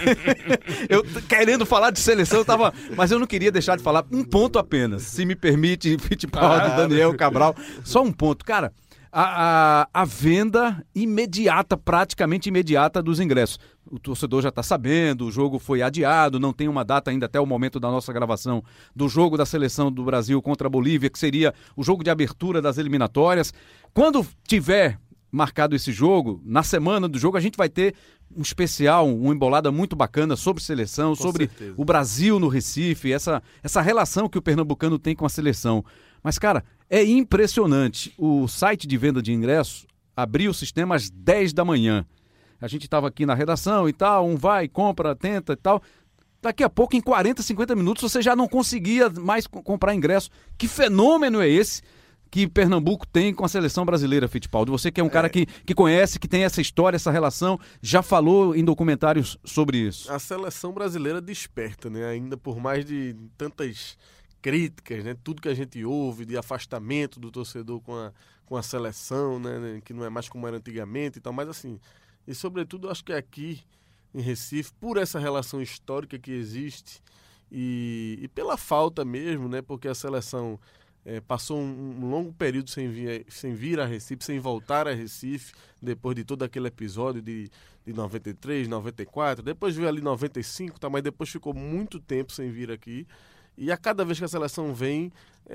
Eu querendo falar de seleção, eu tava, mas eu não queria deixar de falar um ponto apenas. Se me permite, Fittipaldi, ah, Daniel, Cabral, só um ponto. Cara, A, a, a venda imediata, praticamente imediata dos ingressos. O torcedor já está sabendo, o jogo foi adiado, não tem uma data ainda até o momento da nossa gravação do jogo da seleção do Brasil contra a Bolívia, que seria o jogo de abertura das eliminatórias. Quando tiver marcado esse jogo, na semana do jogo, a gente vai ter um especial, uma embolada muito bacana sobre seleção, com sobre certeza. O Brasil no Recife, essa, essa relação que o pernambucano tem com a seleção. Mas, cara, é impressionante. O site de venda de ingressos abriu o sistema às dez da manhã. A gente estava aqui na redação e tal, um vai, compra, tenta e tal. Daqui a pouco, em quarenta, cinquenta minutos, você já não conseguia mais comprar ingresso. Que fenômeno é esse que Pernambuco tem com a seleção brasileira, Fittipaldi? Você que é um é. cara que, que conhece, que tem essa história, essa relação, já falou em documentários sobre isso. A seleção brasileira desperta, né? Ainda por mais de tantas críticas, né? Tudo que a gente ouve de afastamento do torcedor com a, com a seleção, né? Que não é mais como era antigamente e tal, mas assim, e sobretudo acho que aqui em Recife, por essa relação histórica que existe e, e pela falta mesmo, né? Porque a seleção é, passou um, um longo período sem vir, sem vir a Recife, sem voltar a Recife, depois de todo aquele episódio de, de noventa e três, noventa e quatro, depois veio ali noventa e cinco, tá? Mas depois ficou muito tempo sem vir aqui. E a cada vez que a seleção vem,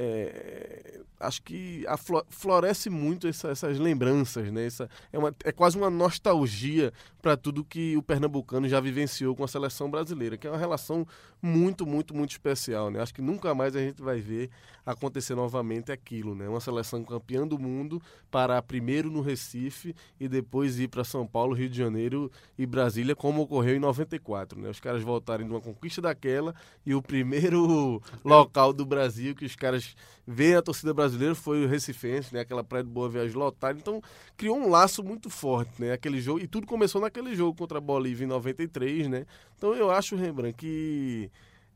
é, acho que aflo- floresce muito essa, essas lembranças, né? Essa, é, uma, é quase uma nostalgia para tudo que o pernambucano já vivenciou com a seleção brasileira, que é uma relação muito, muito, muito especial, né? Acho que nunca mais a gente vai ver acontecer novamente aquilo, né? Uma seleção campeã do mundo parar primeiro no Recife e depois ir para São Paulo, Rio de Janeiro e Brasília, como ocorreu em noventa e quatro, né? Os caras voltarem de uma conquista daquela e o primeiro local do Brasil que os caras veem a torcida brasileira brasileiro foi o recifense, né? Aquela praia de Boa Viagem lotada. Então, criou um laço muito forte, né? Aquele jogo, e tudo começou naquele jogo contra a Bolívia em noventa e três, né? Então, eu acho, Rembrandt, que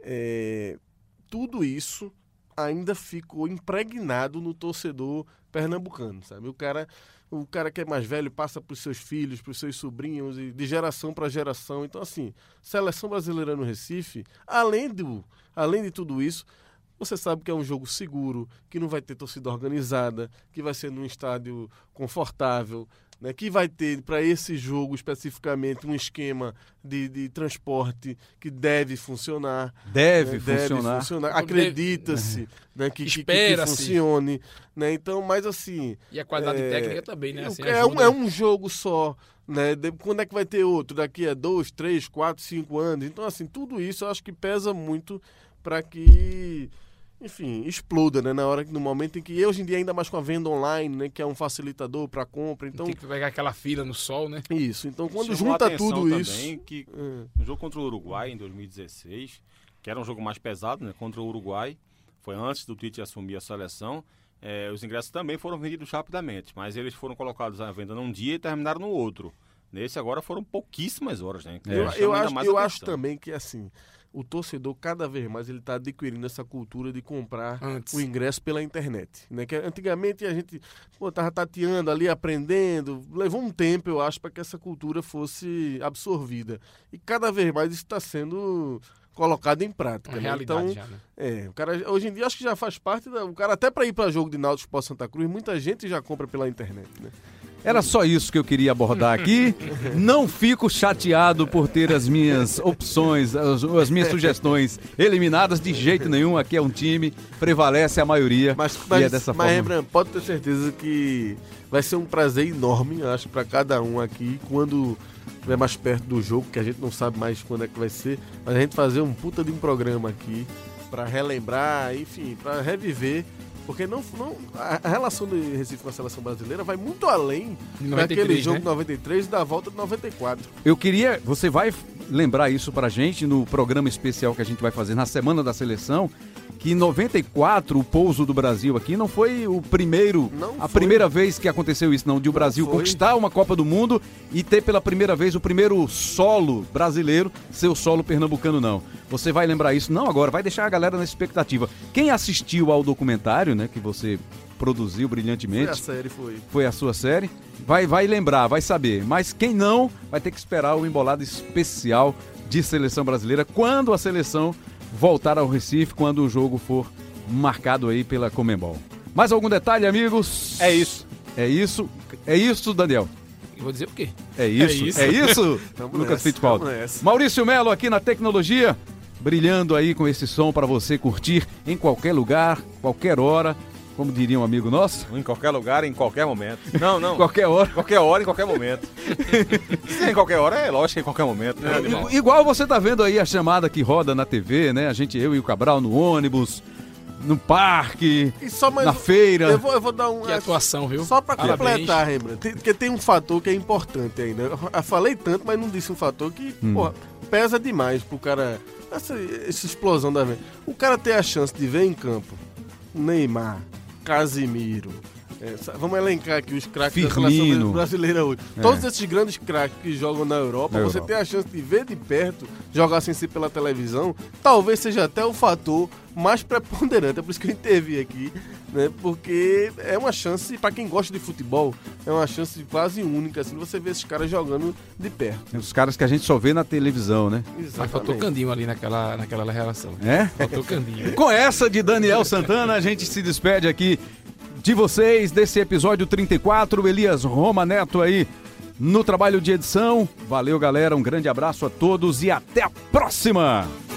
é, tudo isso ainda ficou impregnado no torcedor pernambucano, sabe? O cara, o cara que é mais velho passa para os seus filhos, para os seus sobrinhos, e de geração para geração. Então, assim, seleção brasileira no Recife, além, do, além de tudo isso, você sabe que é um jogo seguro, que não vai ter torcida organizada, que vai ser num estádio confortável, né, que vai ter, para esse jogo especificamente, um esquema de, de transporte que deve funcionar. Deve né, funcionar. Deve funcionar. Acredita-se né, que, que, que, que funcione. Né, então, mas assim... E a qualidade é, técnica também, né? Assim, é, um, é um jogo só. Né? De, quando é que vai ter outro? Daqui a dois, três, quatro, cinco anos. Então, assim, tudo isso eu acho que pesa muito para que... enfim, exploda, né? Na hora, no momento em que, hoje em dia, ainda mais com a venda online, né? Que é um facilitador para compra. Então, tem que pegar aquela fila no sol, né? Isso. Então, quando Chamou junta atenção tudo também isso... que é. no jogo contra o Uruguai, em dois mil e dezesseis, que era um jogo mais pesado, né? Contra o Uruguai, foi antes do Tite assumir a seleção, é, os ingressos também foram vendidos rapidamente, mas eles foram colocados à venda num dia e terminaram no outro. Nesse agora foram pouquíssimas horas, né? Eu, eu, acho, eu acho também que, assim... o torcedor, cada vez mais, ele está adquirindo essa cultura de comprar Antes. o ingresso pela internet. Né? Que antigamente a gente estava tateando ali, aprendendo. Levou um tempo, eu acho, para que essa cultura fosse absorvida. E cada vez mais isso está sendo colocado em prática. Uma né? realidade então, já, né? É, o cara, hoje em dia, acho que já faz parte... Da, o cara, até para ir para jogo de Náutico Sport Santa Cruz, muita gente já compra pela internet, né? Era só isso que eu queria abordar aqui. Não fico chateado por ter as minhas opções, as, as minhas sugestões eliminadas de jeito nenhum. Aqui é um time, prevalece a maioria. Mas, mas, e é dessa mas forma. Rembrandt, pode ter certeza que vai ser um prazer enorme, acho, para cada um aqui, quando estiver mais perto do jogo, que a gente não sabe mais quando é que vai ser, mas a gente fazer um puta de um programa aqui para relembrar, enfim, para reviver. Porque não, não, a relação do Recife com a seleção brasileira vai muito além daquele jogo de né? noventa e três e da volta de noventa e quatro. Eu queria... Você vai lembrar isso pra gente no programa especial que a gente vai fazer na Semana da Seleção, que em noventa e quatro o pouso do Brasil aqui não foi o primeiro... Não a foi. primeira vez que aconteceu isso, não. De o Brasil não conquistar uma Copa do Mundo e ter pela primeira vez o primeiro solo brasileiro ser o solo pernambucano, não. Você vai lembrar isso, não agora, vai deixar a galera na expectativa. Quem assistiu ao documentário, né, que você produziu brilhantemente... Foi a série, foi. Foi a sua série. Vai, vai lembrar, vai saber. Mas quem não, vai ter que esperar o embolado especial de seleção brasileira quando a seleção voltar ao Recife, quando o jogo for marcado aí pela Conmebol. Mais algum detalhe, amigos? É isso. É isso. É isso, Daniel. Eu vou dizer o quê? É isso. É isso, é isso Lucas Fittipaldi. Maurício Melo aqui na tecnologia, brilhando aí com esse som para você curtir em qualquer lugar, qualquer hora, como diria um amigo nosso. Em qualquer lugar, em qualquer momento. Não, não. Qualquer hora. Qualquer hora, em qualquer momento. Se é em qualquer hora, é lógico, em qualquer momento. Né, animal? Igual você tá vendo aí a chamada que roda na T V, né? A gente, eu e o Cabral no ônibus, no parque, mais, na feira. Eu vou, eu vou dar um... Que atuação, viu? Só para completar, Rembrandt, tem, porque tem um fator que é importante ainda. Eu, eu falei tanto, mas não disse um fator que hum. porra, pesa demais pro cara... Essa, essa explosão da venda. O cara ter a chance de ver em campo Neymar, Casimiro, é, vamos elencar aqui os craques da seleção brasileira hoje. É. Todos esses grandes craques que jogam na Europa, na você Europa. ter a chance de ver de perto, jogar sem ser pela televisão, talvez seja até o fator mais preponderante. É por isso que eu intervi aqui, né? Porque é uma chance, para quem gosta de futebol, é uma chance quase única, assim, você ver esses caras jogando de perto. Os caras que a gente só vê na televisão, né? Exatamente. Mas faltou Candinho ali naquela, naquela relação. É? Faltou Candinho. Com essa de Daniel Santana, a gente se despede aqui de vocês, desse episódio trinta e quatro, Elias Roma Neto aí no trabalho de edição. Valeu, galera, um grande abraço a todos e até a próxima!